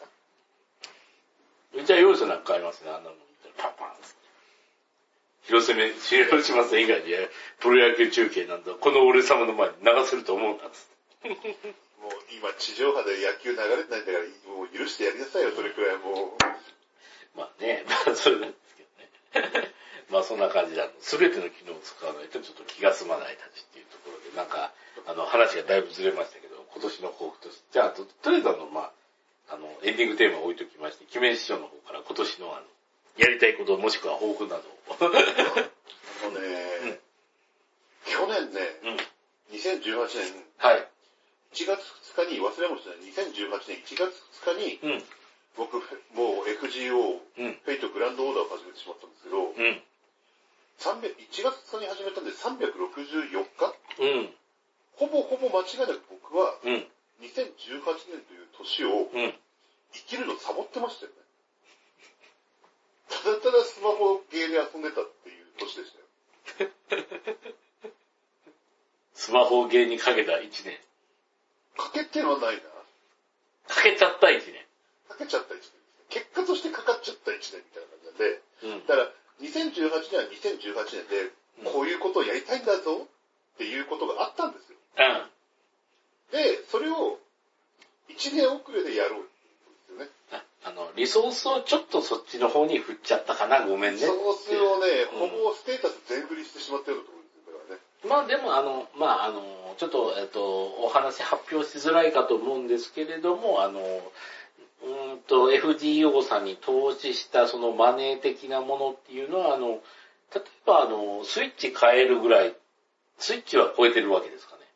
うちは容赦なく変えますね、あんなの見たら。パンパンつって。広島戦以外でプロ野球中継なんだ。この俺様の前に流せると思うんだっつって。 もう今地上波で野球流れてないんだから、もう許してやりなさいよ、それくらいもう。 まあね、それなんですけどね。まあそんな感じで、すべての機能を使わないとちょっと気が済まないたちっていうところで、なんか、話がだいぶずれましたけど、今年の抱負として、じゃあ、とりあえずエンディングテーマを置いときまして、キメ師匠の方から今年のやりたいこともしくは抱負などを。 去年ね、2018年、 はい。 1月2日に、忘れもしない、2018年1月2日に、僕、もう FGO、フェイトグランドオーダーを始めてしまったんですけど、1月2日に始めたんで364日、ほぼ間違いなく僕は、2018年という年を、生きるのサボってましたよね。ただただスマホゲーで遊んでたっていう年でしたよ。 スマホゲーにかけた1年。 かけてはないな。 かけちゃった1年。 かけちゃった1年。結果としてかかっちゃった1年みたいな感じなんで、だから2018年は2018年で、こういうことをやりたいんだぞっていうことがあったんですよ。で、それを1年遅れでやろうっていうことですよね。 リソースをちょっとそっちの方に振っちゃったかな、ごめんね。 リソースをね、ほぼステータス全振りしてしまったようなところですよ、だからね。 まあでもちょっと、お話発表しづらいかと思うんですけれども、FGO さんに投資したそのマネー的なものっていうのは、例えばスイッチ変えるぐらい、スイッチは超えてるわけですかね。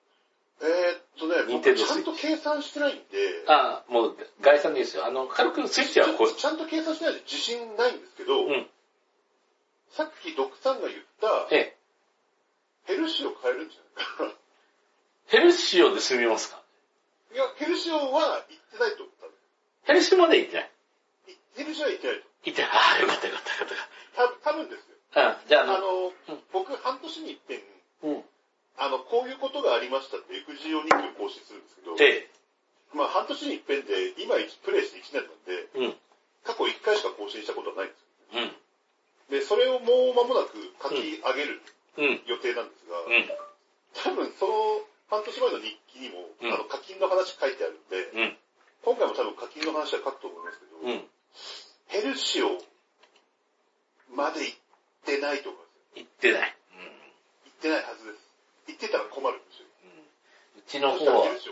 僕ちゃんと計算してないんで。 もう概算ですよ。軽くスイッチは超えてる。 ちゃんと計算してないんで自信ないんですけど、さっきドクさんが言った、ヘルシオ変えるんじゃないかな。 ヘルシオで済みますか？ いや、ヘルシオは行ってないと思ったんです。 ヘルシオまで行ってない？ ヘルシオは行ってないと。 行ってない。よかった。 多分ですよ。 じゃあ僕半年に一遍、こういうことがありましたって FGO 日記を更新するんですけど、まあ半年に一遍で、今プレイして1年なんで、過去1回しか更新したことはないんですよ。で、それをもう間もなく書き上げる予定なんですが、多分その半年前の日記にも、課金の話書いてあるんで、今回も多分課金の話は書くと思いますけど、ヘルシオまで行ってないと思います。 行ってない。 行ってないはずです。行ってたら困るんですよ。 うちの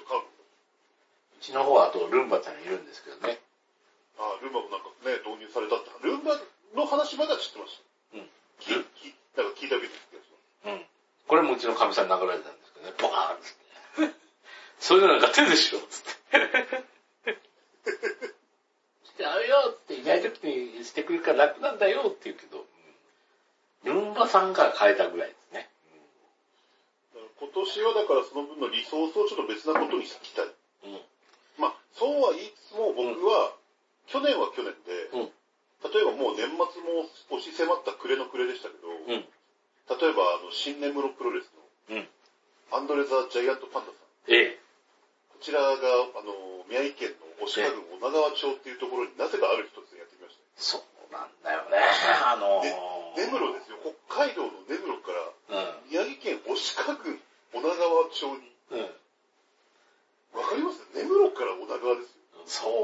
方はあとルンバちゃんいるんですけどね。 ルンバもなんかね、導入されたって。ルンバの話まだ知ってました。なんか聞いたわけですけど。 これもうちの神さんに流れてたんですけどね、ボカーンつって。そういうのなんか手でしょつって。してあれよっていない時にしてくれるから楽なんだよって言うけど、ルンバさんから変えたぐらいですね。 今年はだからその分のリソースをちょっと別なことに割きたい。まあ、そうは言いつつも僕は去年は去年で、例えばもう年末も押し迫った暮れの暮れでしたけど、例えば新根室プロレスの、アンドレ・ザ・ジャイアント・パンダさん。こちらが、宮城県の押鹿郡女川町っていうところになぜかある一つやってきました。 そうなんだよね。 根室ですよ。北海道の根室から、宮城県押鹿郡女川町に。わかります？根室から女川ですよ。 そう。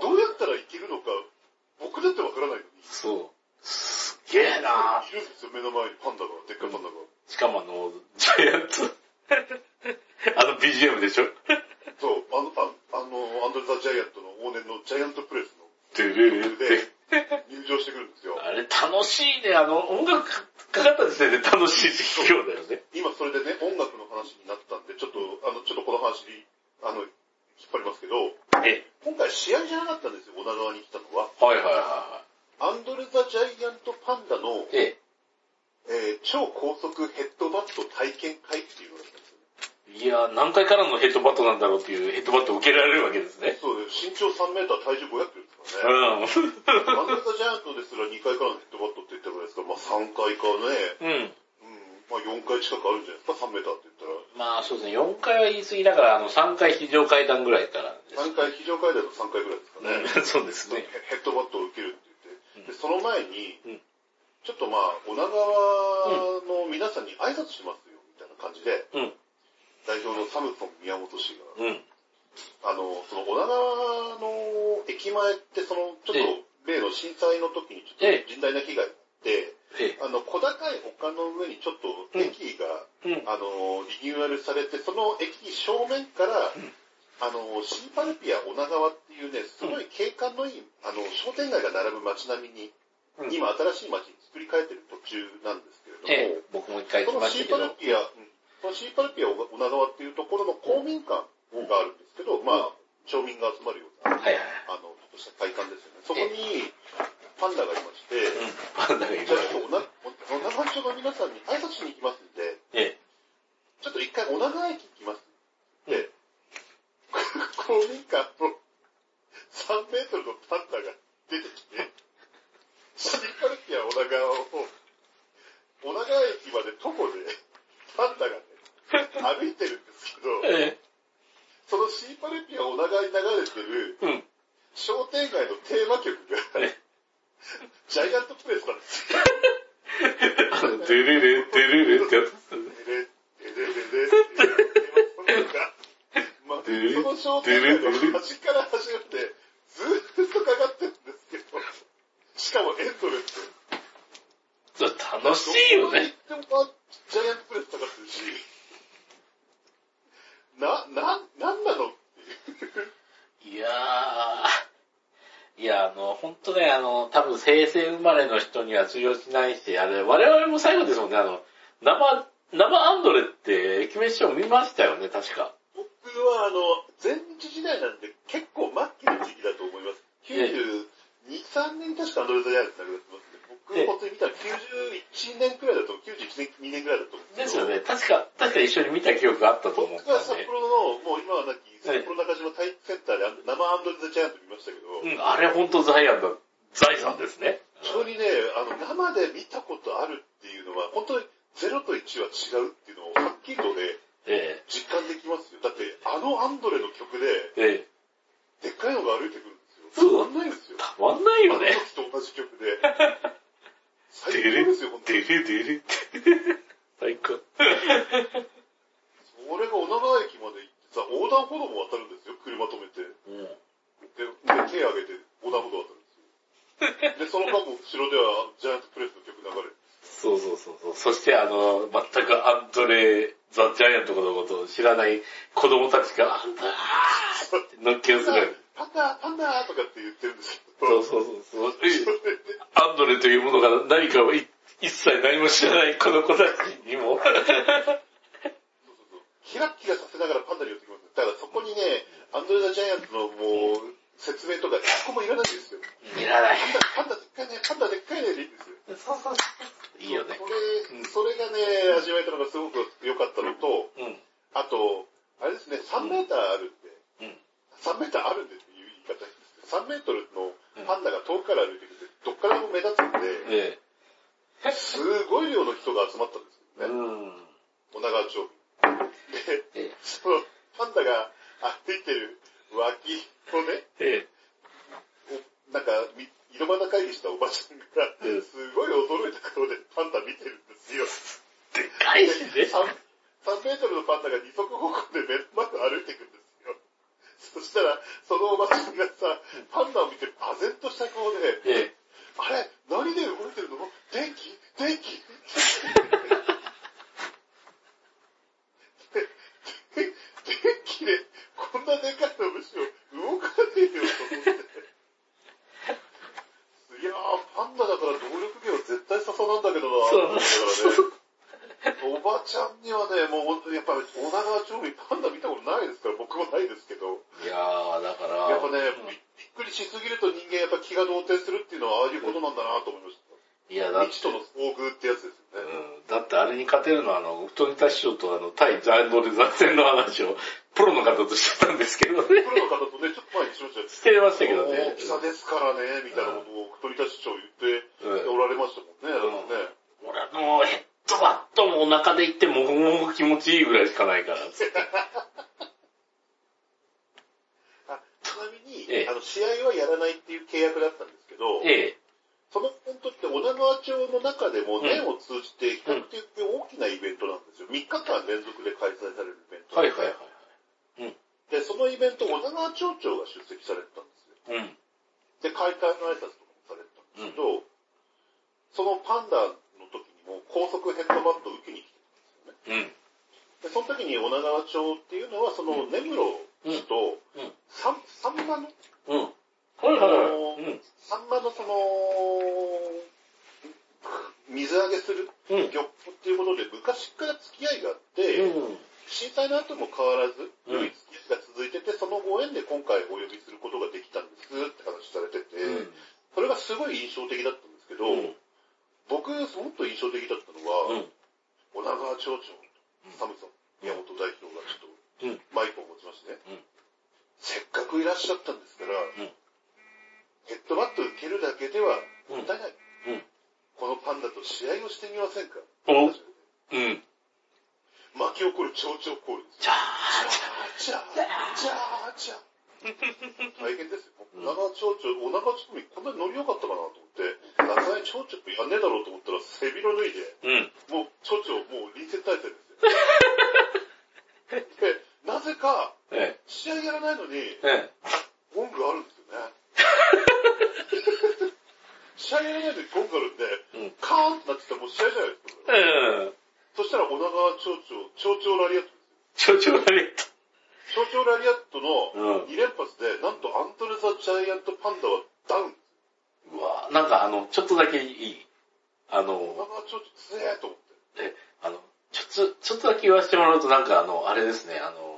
どうやったら行けるのか、僕だってわからないのに。 そう。すっげえなー。 いるんですよ、目の前にパンダが、でっかいパンダが。 しかもジャイアント。BGM でしょ？ そう、アンドレ・ザ・ジャイアントの往年のジャイアントプレスの曲で入場してくるんですよ。 あれ楽しいね、音楽かかった時点で楽しい実況だよね。 今それでね、音楽の話になったんで、ちょっとこの話に、引っ張りますけど、今回試合じゃなかったんですよ、女川に来たのは。アンドレ・ザ・ジャイアント・パンダの、超高速ヘッドバット体験会っていうのがあったんですよね。 いや、何回からのヘッドバットなんだろうっていうヘッドバットを受けられるわけですね。 そうです。身長3メーター、体重500キロですからね。アンドレ・ザ・ジャイアントですら2回からのヘッドバットって言ったぐらいですから、3回かね。4回近くあるんじゃないですか、3メーターって言ったら。 そうですね、4回は言い過ぎだから、3回非常階段ぐらいから、 ね。3回非常階段の3回ぐらいですかね。 そうですね。 ヘッドバットを受けるって言って。で、その前に、ちょっと女川の皆さんに挨拶しますよ、みたいな感じで、代表のサムソン宮本氏が、その女川の駅前って、ちょっと例の震災の時にちょっと甚大な被害があって、小高い丘の上にちょっと駅が、リニューアルされて、その駅正面から、シーパルピア女川っていうね、すごい景観のいい、商店街が並ぶ街並みに、今新しい街に作り変えてる途中なんですけれども、 僕も一回行きましたけど、 そのシーパルピア女川っていうところの公民館があるんですけど、町民が集まるような、ちょっとした会館ですよね。そこにパンダがいまして、 パンダがいまして、 じゃあちょっと女川町の皆さんに挨拶しに行きますんで、ちょっと一回女川駅行きます。で、公民館の3メートルのパンダが出てきて、シーパルピア女川を、女川駅まで徒歩で、パンダがね、歩いてるんですけど、そのシーパルピア女川に流れてる、商店街のテーマ曲が、ジャイアントプレスなんですよ。 デレレ、デレレってやつ。 デレレ、デレレっていうテーマ曲が、その商店街の端から端まで、ずーっとかかってるんですけど、しかもエントレスで。 楽しいよね。 どこ行ってもジャイアントプレスかかってるし、なんなのっていう。 いや、ほんとね、多分平成生まれの人には通用しないし、我々も最後ですもんね、生アンドレって、駅名師匠見ましたよね、確か。 僕は前日時代なんで結構末期の時期だと思います。92、3年確かアンドレ・ザ・ジャイアントになくなってますんで、僕本当に見たら91年くらいだと、91年、2年くらいだと思うんですよね。確か一緒に見た記憶があったと思うんですよね。僕は札幌の、もう今はなき、札幌中島体育センターで生アンドレ・ザ・ジャイアント見ましたけど、 あれ本当財産ですね。 本当にね、生で見たことあるっていうのは、本当に0と1は違うっていうのをはっきりとね、実感できますよ。だって、アンドレの曲で、でっかいのが歩いてくるんですよ。たまんないんですよ。 たまんないよね。 あの時と同じ曲で。最高ですよ、本当に。 デレって。最高。 それが女川駅まで行ってさ、横断歩道も渡るんですよ、車止めて。で、手挙げて横断歩道渡るんですよ。で、その間も後ろではジャイアントプレスの曲流れる。 そう。そして全くアンドレ・ザ・ジャイアントのことを知らない子供たちが、って乗っけをする。 パンダとかって言ってるんですけど。 そう。アンドレというものが何かを一切何も知らないこの子たちにも。 キラッキラさせながらパンダに寄ってきます。だからそこにね、アンドレ・ザ・ジャイアントのもう、説明とか一個もいらないんですよ。 いらない。 パンダでっかいねでいいんですよ。 そう。いいよね。 それがね、味わえたのがすごく良かったのと、あと、あれですね、3メーターあるんで、3メーターあるんでっていう言い方です。3メートルのパンダが遠くから歩いてくるどっからでも目立つんで、すごい量の人が集まったんですよね。女川町で、そのパンダが歩いてる脇をね、なんか、井戸端会議したおばちゃんが、すごい驚いた顔でパンダ見てるんですよ。 でかいしね。 3メートルのパンダが二足歩行で目の前を歩いていくんですよ。そしたら、そのおばちゃんがさ、パンダを見て唖然とした顔で、あれ何で動いてるの？電気電気で、こんなでかいのむしろ動かねえよと思って。いやー、パンダだから動力源は絶対笹なんだけどなと思いながらね。おばちゃんにはね、もうやっぱり女川町にパンダ見たことないですから、僕もないですけど。 いやー、だから。 やっぱね、びっくりしすぎると人間やっぱ気が動転するっていうのはああいうことなんだなと思いました。いや、だって。未知との遭遇ってやつですよね。 だってあれに勝てるのは太田師匠と対ジャンドル雑戦の話を、プロの方としてたんですけどね。 プロの方とね、ちょっと前にしましたよ。 してましたけどね。 大きさですからね、みたいなことを太田師匠言っておられましたもんね。 俺ヘッドバットもお腹でいってもごもご気持ちいいぐらいしかないから。 ちなみに、試合はやらないっていう契約だったんですけど、そのイベントって女川町の中でも年を通じて比較的大きなイベントなんですよ。3日間連続で開催されるイベント。で、そのイベント、女川町長が出席されてたんですよ。で、開会の挨拶とかもされてたんですけど、そのパンダの時にも高速ヘッドバットを受けに来てたんですよね。で、その時に女川町っていうのは、その根室市と、サンマの、サンマの水揚げする漁港っていうことで昔から付き合いがあって、震災の後も変わらず、良い付き合いが続いてて、そのご縁で今回お呼びすることができたんですって話されてて、それがすごい印象的だったんですけど、僕、もっと印象的だったのは、女川町長、サムソン、宮本代表がちょっとマイクを持ちましてね、せっかくいらっしゃったんですから、ヘッドバット受けるだけではもったいない。このパンダと試合をしてみませんか？巻き起こる蝶々コールです。ジャー。大変ですよ。女川町長にこんなにノリ良かったかなと思って、さすがに町長やんねえだろうと思ったら背広脱いで、もう町長もう臨戦態勢ですよ。で、なぜか、試合やらないのに、ゴングあるんですよね。試合やらないのにゴングあるんで、カーンってなってたらもう試合じゃないですか。そしたら女川町長ラリアットですよ。 町長ラリアット。 町長ラリアットの2連発で、なんとアントレザ・ジャイアントパンダはダウン。 うわなんかちょっとだけいい。 女川町長強えと思って。 ちょっとだけ言わせてもらうとなんかあれですね、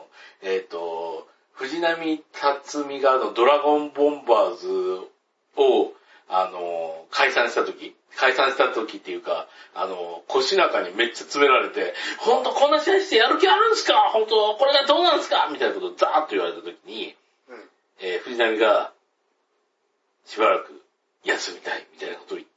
藤波辰巳がドラゴンボンバーズを、解散した時っていうか、腰中にめっちゃ詰められて、ほんとこんな試合してやる気あるんですか？ほんとこれがどうなんですか？みたいなことをザーッと言われた時に、藤波が、しばらく休みたいみたいなことを言って、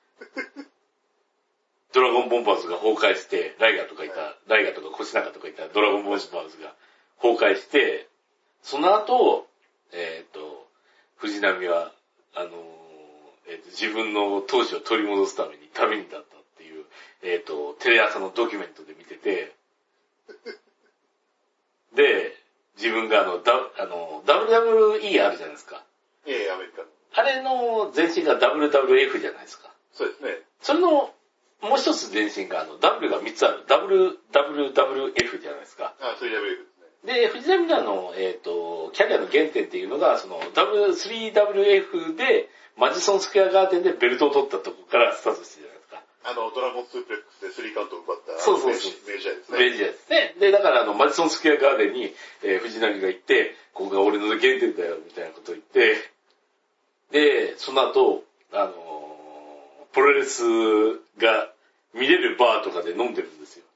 ドラゴンボンバーズが崩壊して、ライガとか腰中とかいたドラゴンボンバーズが崩壊して、その後、藤波は、自分の闘志を取り戻すために旅に立ったっていう、テレ朝のドキュメントで見てて、で、自分がWWE あるじゃないですか。 アメリカの。 あれの前身が WWF じゃないですか。 そうですね。 それの、もう一つ前身がW が3つある。WWF じゃないですか。 3WF ですね。 で、藤波のキャリアの原点っていうのが、3WF で、マジソンスクエアガーデンでベルトを取ったとこからスタートしてるじゃないですか。 ドラゴンスープレックスで3カウントを奪った。 そう。 メジャーですね。 メジャーですね。で、だからマジソンスクエアガーデンに、藤波が行って、ここが俺の原点だよ、みたいなことを言って、で、その後、プロレスが見れるバーとかで飲んでるんですよ。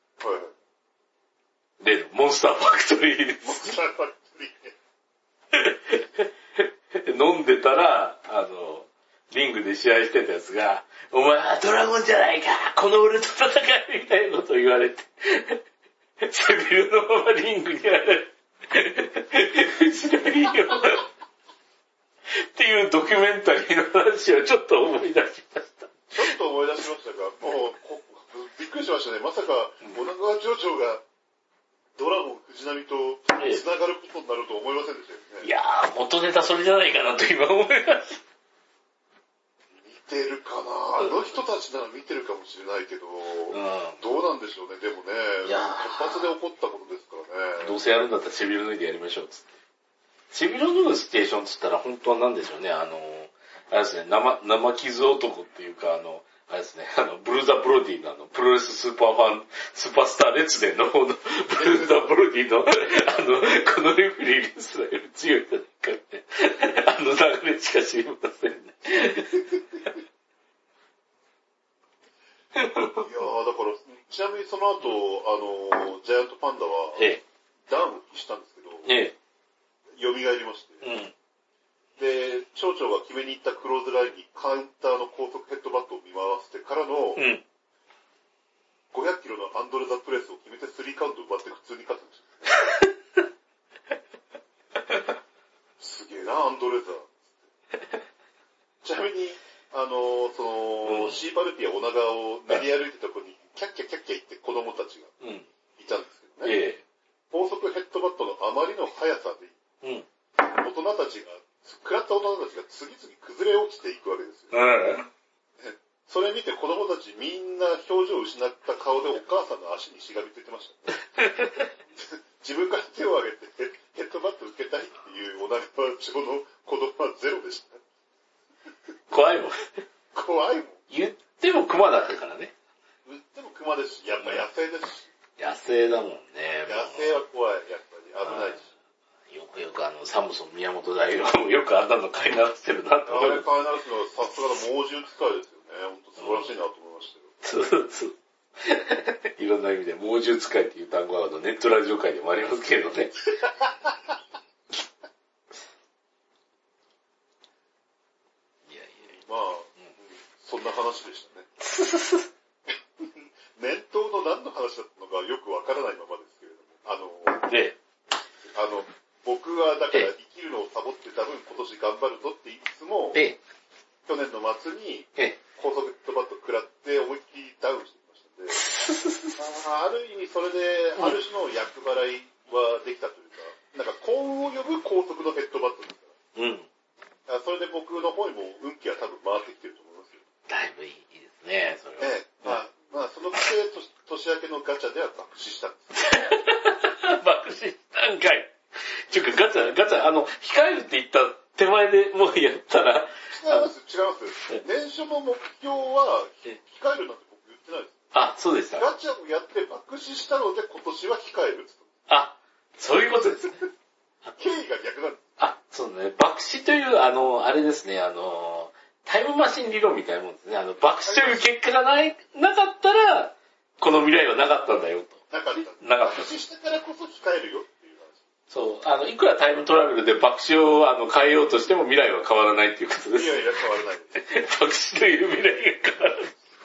例のモンスターファクトリーです。 モンスターファクトリー。 飲んでたら、リングで試合してたやつが、お前はドラゴンじゃないか、この俺と戦いみたいなことを言われて、背広のままリングに上がる。藤波よ。っていうドキュメンタリーの話をちょっと思い出しました。 ちょっと思い出しましたが、もう、びっくりしましたね。まさか、女川町長が、ドラゴン藤波と繋がることになると思いませんでしたよね。 いやー、元ネタそれじゃないかなと今思いました。 見てるかな、あの人たちなら見てるかもしれないけど、どうなんでしょうね、でもね、活発で起こったことですからね。 どうせやるんだったら背広脱いでやりましょう、つって。背広脱ぐステーションつったら本当は何でしょうね、あれですね、生傷男っていうか、あれですね、ブルーザ・ブロディのプロレススーパースター列伝の方の、ブルーザ・ブロディの、このレフェリーですらより強いじゃないかって、流れしか知りませんね。 いやー、だから、ちなみにその後、ジャイアントパンダは、ダウンしたんですけど、蘇りまして、で、町長が決めに行ったクローズラインにカウンターの高速ヘッドバットを見回してからの、500キロのアンドレザプレスを決めて3カウント奪って普通に勝つんですよ。すげえな、アンドレザ。ちなみに、シーパルピア女川を練り歩いてたとこに、キャッキャキャッキャ言って子供たちがいたんですけどね。高速ヘッドバットのあまりの速さで、大人たちが、食らった大人たちが次々崩れ落ちていくわけですよ。それ見て子供たちみんな表情を失った顔でお母さんの足にしがみついてました。自分から手を挙げてヘッドバット受けたいっていう女川町の子供はゼロでした。 怖いもん。 怖いもん。 言っても熊だったからね。 言っても熊ですし、やっぱ野生ですし。 野生だもんね。 野生は怖い、やっぱり危ないし。 よくサムソン宮本大王もよくあんなの飼いならしてるなって思う。 あれ飼いならすのはさすがの猛獣使いですよね。ほんと素晴らしいなと思いましたよ。 いろんな意味で猛獣使いっていう単語はネットラジオ界でもありますけどね。 まあ、そんな話でしたね。念頭の何の話だったのかよくわからないままですけれども。僕はだから生きるのをサボって多分今年頑張るぞって言いつつも、去年の末に高速ヘッドバット食らって思いっきりダウンしてきましたので、ある意味それである種の厄払いはできたというか、なんか幸運を呼ぶ高速のヘッドバットですから。それで僕の方にも運気は多分回ってきてると思いますよ。 だいぶいいですね、それは。 まあそのくせ年明けのガチャでは爆死したんです。 爆死したんかい。ちょっとガチャ、控えるって言った手前でもうやったら。 違います。年初の目標は、控えるなんて僕言ってないです。 あ、そうでした。 ガチャをやって爆死したので今年は控えるって。 あ、そういうことですね。 経緯が逆なんです。 あ、そうね。爆死という、あれですね、タイムマシン理論みたいなもんですね。爆死という結果がなかったら、この未来はなかったんだよと。 なかった。爆死したからこそ控えるよっていう話。 そう、いくらタイムトラベルで爆死を変えようとしても未来は変わらないっていうことです。 いや変わらないです。 爆死という未来が変わらない。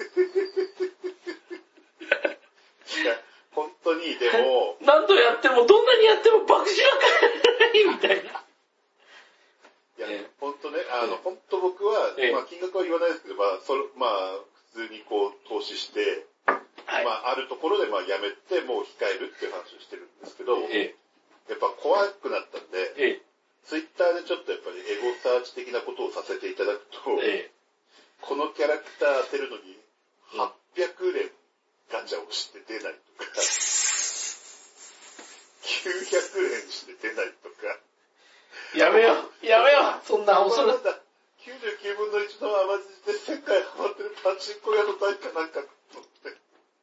いや、本当に、でも。 何度やっても、どんなにやっても爆死は変わらないみたいな。 いや、本当ね、本当僕は、まあ金額は言わないですけど、まあ普通にこう投資して、まああるところでまあやめて、もう控えるっていう話をしてるんですけど、やっぱ怖くなったんで、ツイッターでちょっとやっぱりエゴサーチ的なことをさせていただくと、このキャラクター当てるのに800連ガチャをして出ないとか、900連して出ないとか、 やめよう、そんな恐ろしい。 99分の1の甘じで世界ハマってるパチンコ屋の代かなんかと思って。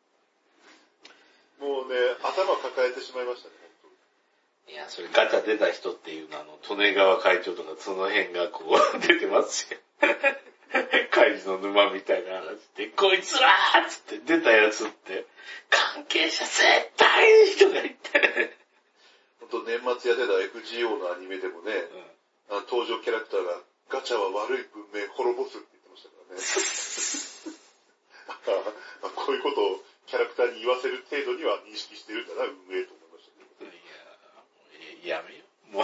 もうね、頭抱えてしまいましたね、本当に。いや、それガチャ出た人っていうのは、利根川会長とかその辺がこう出てますし。怪事の沼みたいな話で、こいつらーっつって出たやつって、関係者絶対に人がいて。 本当年末やってた FGO のアニメでもね、登場キャラクターがガチャは悪い文明滅ぼすって言ってましたからね。こういうことをキャラクターに言わせる程度には認識してるんだな、運営と思いましたけど。 いや、やめよ。もう、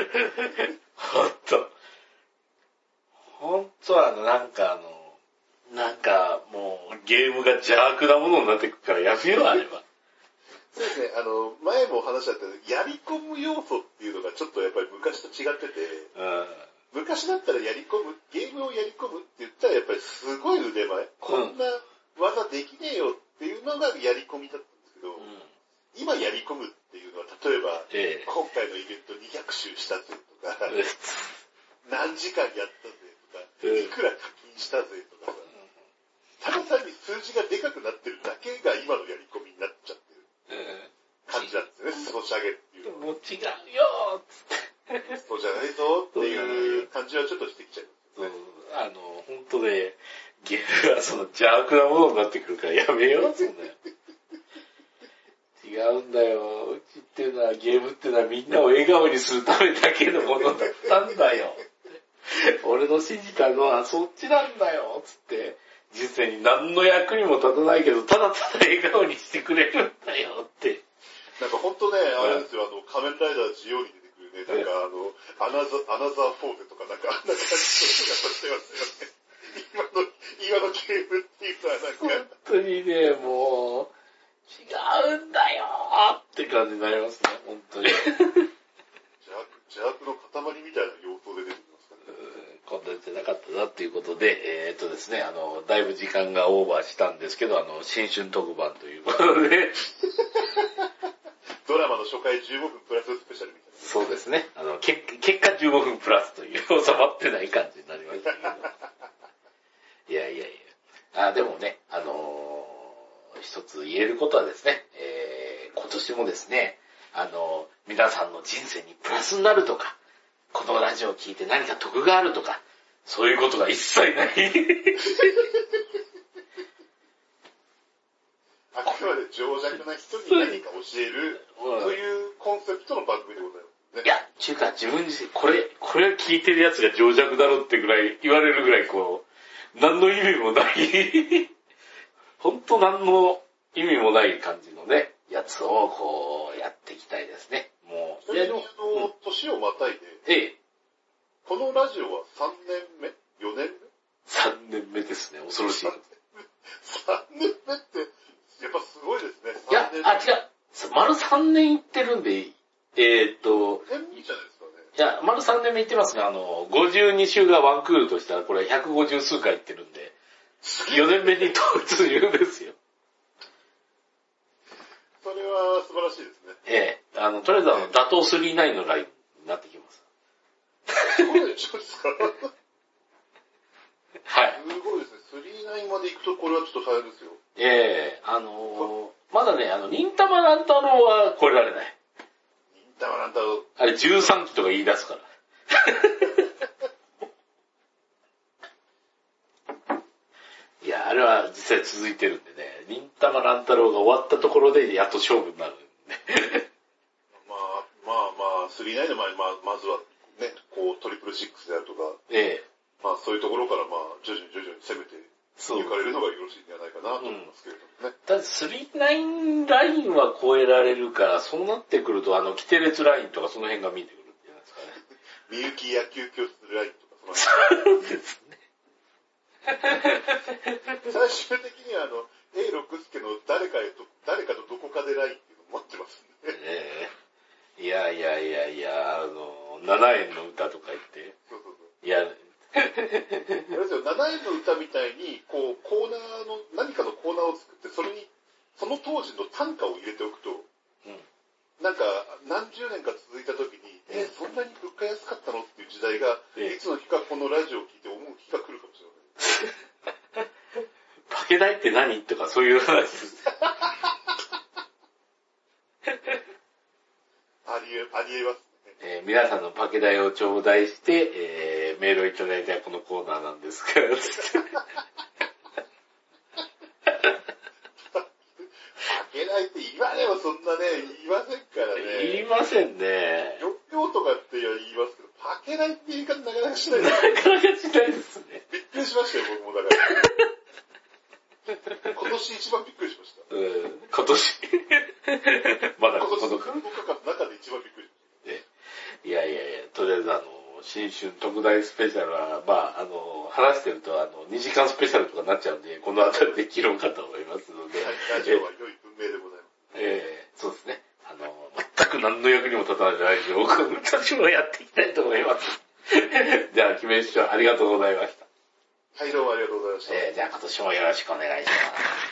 ほんとなんかもうゲームが邪悪なものになってくるからやめよ、あれは。 そうですね、前もお話しあったように、やり込む要素っていうのがちょっとやっぱり昔と違ってて、昔だったらゲームをやり込むって言ったらやっぱりすごい腕前、こんな技できねえよっていうのがやり込みだったんですけど、今やり込むっていうのは、例えば、今回のイベント200周したぜとか、何時間やったぜとか、いくら課金したぜとかさ、ただ単に数字がでかくなってるだけが今のやり込みになっちゃってる感じなんですよね、ソシャゲっていうのは。 もう違うよーっつって。 そうじゃないぞっていう感じはちょっとしてきちゃいますね。 本当ね、ゲームはその邪悪なものになってくるからやめよう、そんな。違うんだよ。うちっていうのは、ゲームっていうのはみんなを笑顔にするためだけのものだったんだよ。俺の信じたのはそっちなんだよ、つって。実際に何の役にも立たないけど、ただただ笑顔にしてくれるんだよって。 なんかほんとね、あれですよ、仮面ライダージオに出てくるね、なんかアナザーフォーゼとかなんかあんな感じの人がしてますよね。今のゲームっていうのはなんか。 本当にね、もう、違うんだよーって感じになりますね、本当に。 邪悪の塊みたいな様相で出てきますからね。 こんなじゃなかったなっていうことで、ですね、だいぶ時間がオーバーしたんですけど、新春特番ということで。 ドラマの初回15分プラススペシャルみたいな。 そうですね。結果15分プラスという収まってない感じになりましたけど。いや。でもね、一つ言えることはですね、今年もですね、皆さんの人生にプラスになるとか、このラジオを聞いて何か得があるとか、そういうことが一切ない。 あくまで情弱な人に何か教えるというコンセプトの番組でございますね。 いや、ちゅうか自分自身、これ聞いてるやつが情弱だろってぐらい言われるぐらい何の意味もない、ほんと何の意味もない感じのね、やつをやっていきたいですね。もう。 ちなみに年をまたいで、このラジオは3年目 ?4 年目 ?3 年目ですね、恐ろしい。 3年目って、やっぱすごいですね。 いや、違う。丸3年行ってるんで、 いいじゃないですかね。 いや、丸3年目行ってますね。52週がワンクールとしたら、これ150数回行ってるんで、4年目に突入ですよ。 それは素晴らしいですね。 とりあえず打倒39のラインになってきます。 すごいですかはい。 すごいですね。39まで行くとこれはちょっと大変ですよ。 まだね、忍たま乱太郎は超えられない。 忍たま乱太郎。 あれ13期とか言い出すから。いや、あれは実際続いてるんでね、忍たま乱太郎が終わったところでやっと勝負になるんで。 39の前にまずはね、トリプル6であるとか、そういうところから徐々に攻めて行かれるのがよろしいんじゃないかなと思いますけれどもね。 ただ39ラインは超えられるから、そうなってくるとキテレツラインとかその辺が見えてくるんじゃないですかね。 みゆき野球教室ラインとかその辺。 そうですね。 最終的にはA 六輔の誰かとどこかでラインっていうのを持ってますんでね。 いや、7円の歌とか言って。 そう。 いや、 あれですよ、7円の歌みたいに、コーナーの、何かのコーナーを作って、それに、その当時の単価を入れておくと、なんか、何十年か続いた時に、そんなに物価安かったのっていう時代が、いつの日かこのラジオを聞いて思う日が来るかもしれない。 パケ代って何とかそういう話です。 ありえますね。 皆さんのパケ代を頂戴して、メールをいただいたこのコーナーなんですが、 パケ代って今でもそんなね、言いませんからね。 言いませんね。 4秒とかって言いますけど、パけないって言い方なかなかしないです。 なかなかしないですね。 びっくりしましたよ、僕もだから。今年一番びっくりしました。 今年。まだ今年の10日間の中で一番びっくりしました。 いや、とりあえず新春特大スペシャルは、まあ、話してると2時間スペシャルとかになっちゃうんで、このあたりで切ろうかと思いますので。 はい、ラジオは良い文明でございます。 そうですね。全く何の役にも立たないラジオを私もやっていきたいと思います。じゃあ、キメ師匠ありがとうございました。 はい、どうもありがとうございました。 じゃあ今年もよろしくお願いします。